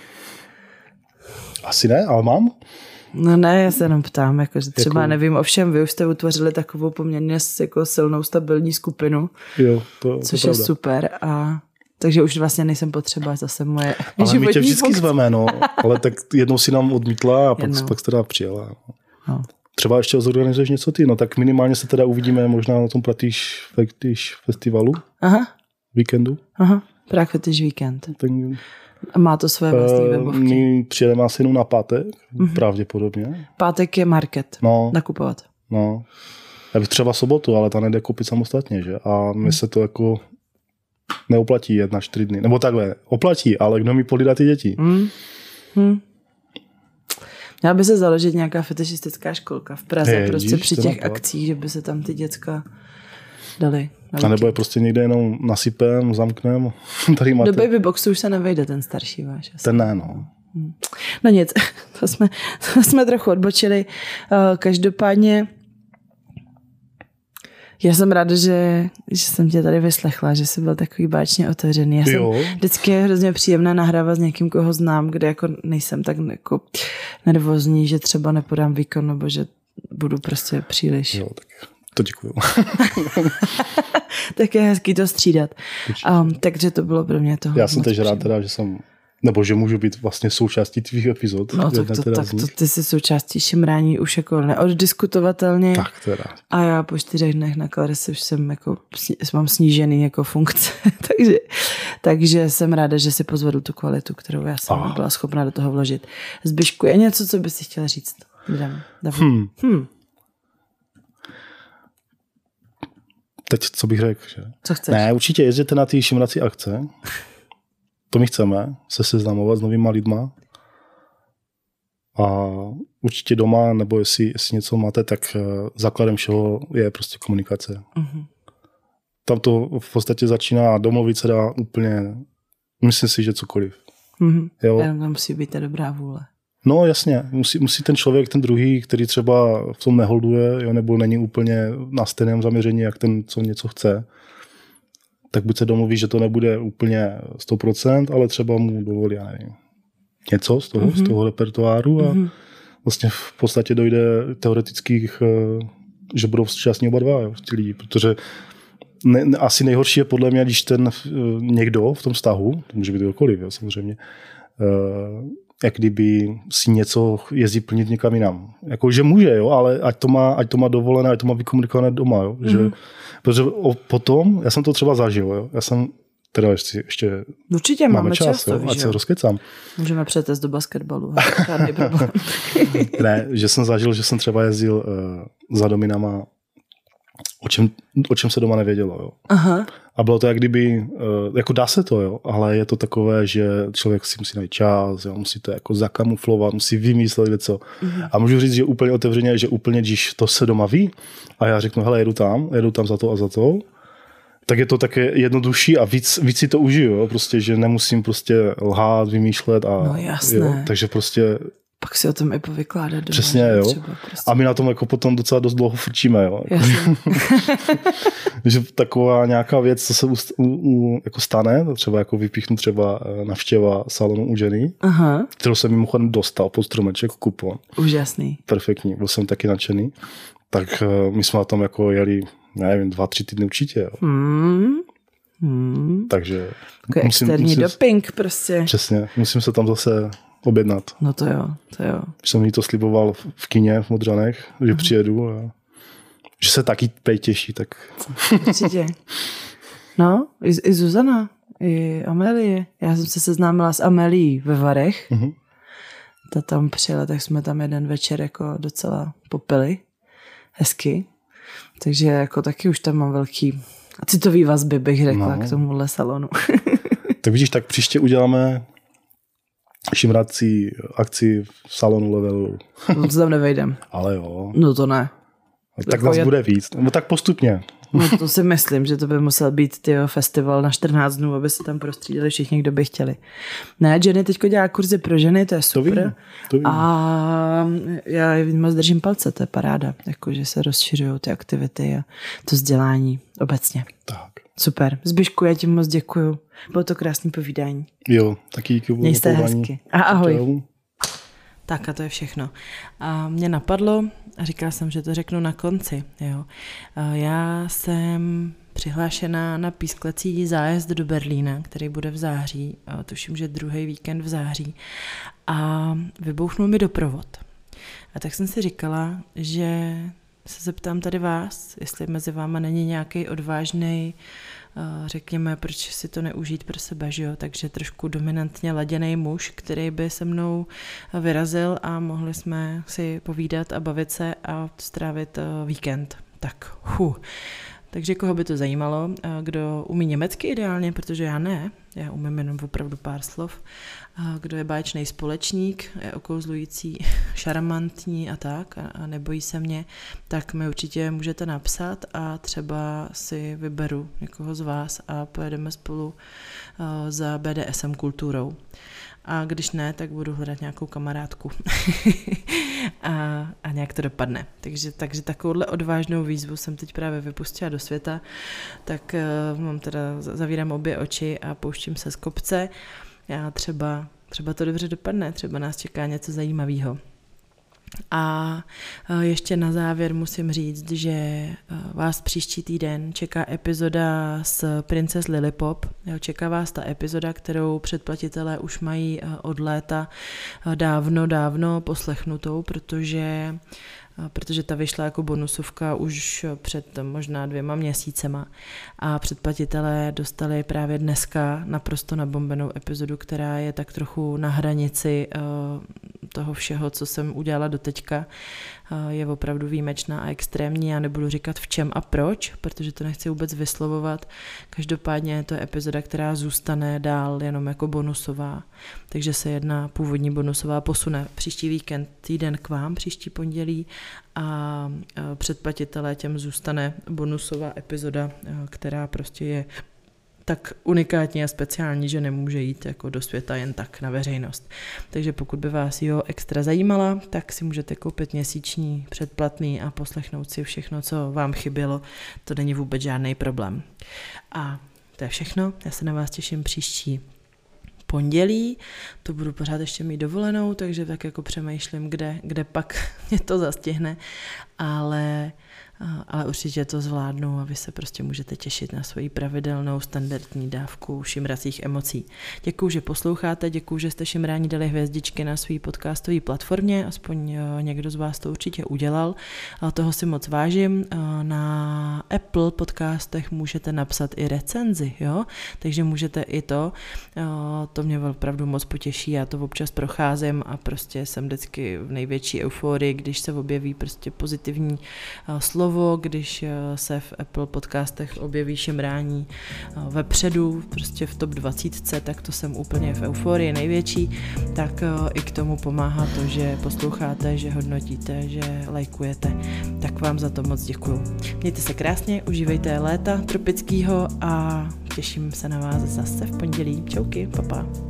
Asi ne, ale mám. No ne, já se jenom ptám, jakože třeba jako... nevím, ovšem vy už jste utvořili takovou poměrně jako silnou, stabilní skupinu, jo, to, což to je pravda. super a takže už vlastně nejsem potřeba zase moje ale životní my tě vždycky funkce. zveme, no, ale tak jednou si nám odmítla a pak, pak jste teda přijela. No. Třeba ještě zorganizuješ něco ty, no tak minimálně se teda uvidíme možná na tom Pratíž festivalu. Aha. Víkendu. Aha, Prague Fetish Weekend. Ten... A má to své vlastní uh, webovky. My přijedeme asi jenom na pátek, mm-hmm. pravděpodobně. Pátek je market, no, nakupovat. No, já bych třeba sobotu, ale ta nejde koupit samostatně, že? A mi mm. se to jako neoplatí jet na čtyři dny. Nebo takhle, oplatí, ale kdo mi pohlídá ty děti? Mm. Mm. Měla by se založit nějaká fetišistická školka v Praze, je, prostě díš, při těch akcích, že by se tam ty děcka dali. A nebo je prostě někde jenom nasypem, zamknem. Tady máte. Do baby boxu už se nevejde ten starší váš. Asi. Ten ne, no. No nic, to jsme, to jsme trochu odbočili. Každopádně já jsem ráda, že, že jsem tě tady vyslechla, že jsi byl takový báčně otevřený. Já jsem jo. vždycky je hrozně příjemné nahrávat s někým, koho znám, kde jako nejsem tak jako nervózní, že třeba nepodám výkon, nebo že budu prostě příliš. Jo, tak to děkuju. Tak je hezký to střídat. Um, takže to bylo pro mě toho. Já jsem tež rád teda, že jsem, nebo že můžu být vlastně součástí tvých epizod. No tak to, tak to ty jsi součástí šimrání už jako neoddiskutovatelně. Tak teda. A já po čtyřech dnech na Clarese už jsem jako, mám snížený jako funkce. takže, takže jsem ráda, že si pozvedl tu kvalitu, kterou já jsem ah. byla schopná do toho vložit. Zbyšku, je něco, co bys si chtěla říct? Jdem, hmm. Hmm. Teď, co bych řekl, že? Co chceš? Ne, určitě jezděte na ty šimrací akce. To my chceme, se seznamovat s novýma lidma. A určitě doma, nebo jestli, jestli něco máte, tak základem všeho je prostě komunikace. Mm-hmm. Tam to v podstatě začíná, domluvit se dá úplně, myslím si, že cokoliv. Mm-hmm. Jo? Jenom tam musí být ta dobrá vůle. No jasně, musí, musí ten člověk, ten druhý, který třeba v tom neholduje, jo, nebo není úplně na stejném zaměření, jak ten, co něco chce, tak buď se domluví, že to nebude úplně sto procent, ale třeba mu dovolí, já nevím, něco z toho, mm-hmm. z toho repertoáru a mm-hmm. vlastně v podstatě dojde teoretických, že budou šťastní oba dva, jo, ti lidi, protože ne, asi nejhorší je podle mě, když ten někdo v tom vztahu, to může být kdokoliv, jo, samozřejmě, jak kdyby si něco jezdí plnit někam jinam. Jako, že může, jo, ale ať to má, ať to má dovolené, ať to má vykomunikované doma. Jo, mm-hmm. že, protože o, potom, já jsem to třeba zažil, jo, já jsem, teda ještě, ještě určitě máme, máme čas, čas jo, ať se rozkecám. Můžeme přetést do basketbalu. Ne, že jsem zažil, že jsem třeba jezdil uh, za dominama, o čem, o čem se doma nevědělo. Jo. Aha. A bylo to jak kdyby, jako dá se to, jo, ale je to takové, že člověk si musí najít čas, jo, musí to jako zakamuflovat, musí vymyslet něco. Mm-hmm. A můžu říct, že úplně otevřeně, že úplně, když to se doma ví a já řeknu, hele, jedu tam, jedu tam za to a za to, tak je to také jednodušší a víc, víc si to užiju, jo, prostě, že nemusím prostě lhát, vymýšlet a no jasné. Jo, takže prostě pak si o tom i povykládat doma. Přesně, jo. Třeba prostě. A my na tom jako potom docela dost dlouho frčíme, jo. Že taková nějaká věc, co se u, u, jako stane, třeba jako vypíchnu třeba navštěva salonu u ženy, aha. kterou jsem mimochodem dostal pod stromeček kupon. Úžasný. Perfektní, byl jsem taky nadšený. Tak my jsme na tom jako jeli, nevím, dva, tři týdny určitě, jo. Hmm. Hmm. Takže takový musím, externí musím, doping prostě. Přesně, musím se tam zase objednat. No to jo, to jo. Když jsem jí to sliboval v kině v Modřanech, že uh-huh. přijedu a že se taky pej těší, tak... Určitě. No, i, i Zuzana, i Amélie. Já jsem se seznámila s Amélií ve Varech. Uh-huh. Ta tam přijela, tak jsme tam jeden večer jako docela popili. Hezky. Takže jako taky už tam mám velký citový vazby, bych řekla, no. k tomuhle salonu. Tak vidíš, tak příště uděláme šimrací akci v salonu Levelu. No to tam nevejdem. Ale jo. No to ne. No, tak nás je... bude víc. No tak postupně. No to si myslím, že to by musel být tyjo, festival na čtrnáct dnů, aby se tam prostřídali všichni, kdo by chtěli. Ne, Jenny teďko dělá kurzy pro ženy, to je super. To vím, to vím. A já moc držím palce, to je paráda. Jako, že se rozšiřují ty aktivity a to vzdělání obecně. Tak. Super. Zbyšku, já ti moc děkuju. Bylo to krásný povídání. Jo, taky díky. Mějte hezky. A ahoj. Tak a to je všechno. A mě napadlo, a říkala jsem, že to řeknu na konci. Jo. A já jsem přihlášená na písklecí zájezd do Berlína, který bude v září. A tuším, že druhý víkend v září. A vybouchnul mi doprovod. A tak jsem si říkala, že se zeptám tady vás, jestli mezi váma není nějaký odvážný, řekněme, proč si to neužít pro sebe, že jo? Takže trošku dominantně laděnej muž, který by se mnou vyrazil a mohli jsme si povídat a bavit se a strávit víkend. Tak, hu. Takže koho by to zajímalo, kdo umí německy ideálně, protože já ne, já umím jenom opravdu pár slov, kdo je báječný společník, je okouzlující, šarmantní a tak a nebojí se mě, tak mi určitě můžete napsat a třeba si vyberu někoho z vás a pojedeme spolu za bé dé es em kulturou. A když ne, tak budu hledat nějakou kamarádku. a, a nějak to dopadne. Takže, takže takovouhle odvážnou výzvu jsem teď právě vypustila do světa, tak uh, mám teda, zavírám obě oči a pouštím se z kopce. Já třeba, třeba to dobře dopadne, třeba nás čeká něco zajímavého. A ještě na závěr musím říct, že vás příští týden čeká epizoda s Princess Lilipop. Čeká vás ta epizoda, kterou předplatitelé už mají od léta dávno, dávno poslechnutou, protože protože ta vyšla jako bonusovka už před možná dvěma měsícema a předplatitelé dostali právě dneska naprosto nabombenou epizodu, která je tak trochu na hranici toho všeho, co jsem udělala doteďka. Je opravdu výjimečná a extrémní, já nebudu říkat v čem a proč, protože to nechci vůbec vyslovovat. Každopádně to je epizoda, která zůstane dál jenom jako bonusová, takže se jedna původní bonusová posune příští víkend, týden k vám, příští pondělí a předplatitelé těm zůstane bonusová epizoda, která prostě je tak unikátní a speciální, že nemůže jít jako do světa jen tak na veřejnost. Takže pokud by vás jo extra zajímala, tak si můžete koupit měsíční předplatný a poslechnout si všechno, co vám chybělo. To není vůbec žádný problém. A to je všechno. Já se na vás těším příští pondělí. To budu pořád ještě mít dovolenou, takže tak jako přemýšlím, kde, kde pak mě to zastihne. Ale ale určitě to zvládnu a vy se prostě můžete těšit na svoji pravidelnou standardní dávku šimracích emocí. Děkuju, že posloucháte, děkuju, že jste Šimráni dali hvězdičky na svý podcastové platformě, aspoň někdo z vás to určitě udělal, ale toho si moc vážím. Na Apple podcastech můžete napsat i recenzi, jo? Takže můžete i to, to mě opravdu moc potěší, já to občas procházím a prostě jsem vždycky v největší euforii, když se objeví prostě pozitivní slovo, když se v Apple podcastech objeví Šimrání vepředu, prostě v top dvacet, tak to jsem úplně v euforii největší, tak i k tomu pomáhá to, že posloucháte, že hodnotíte, že lajkujete, tak vám za to moc děkuju. Mějte se krásně, užívejte léta tropického a těším se na vás zase v pondělí. Čauky, papa.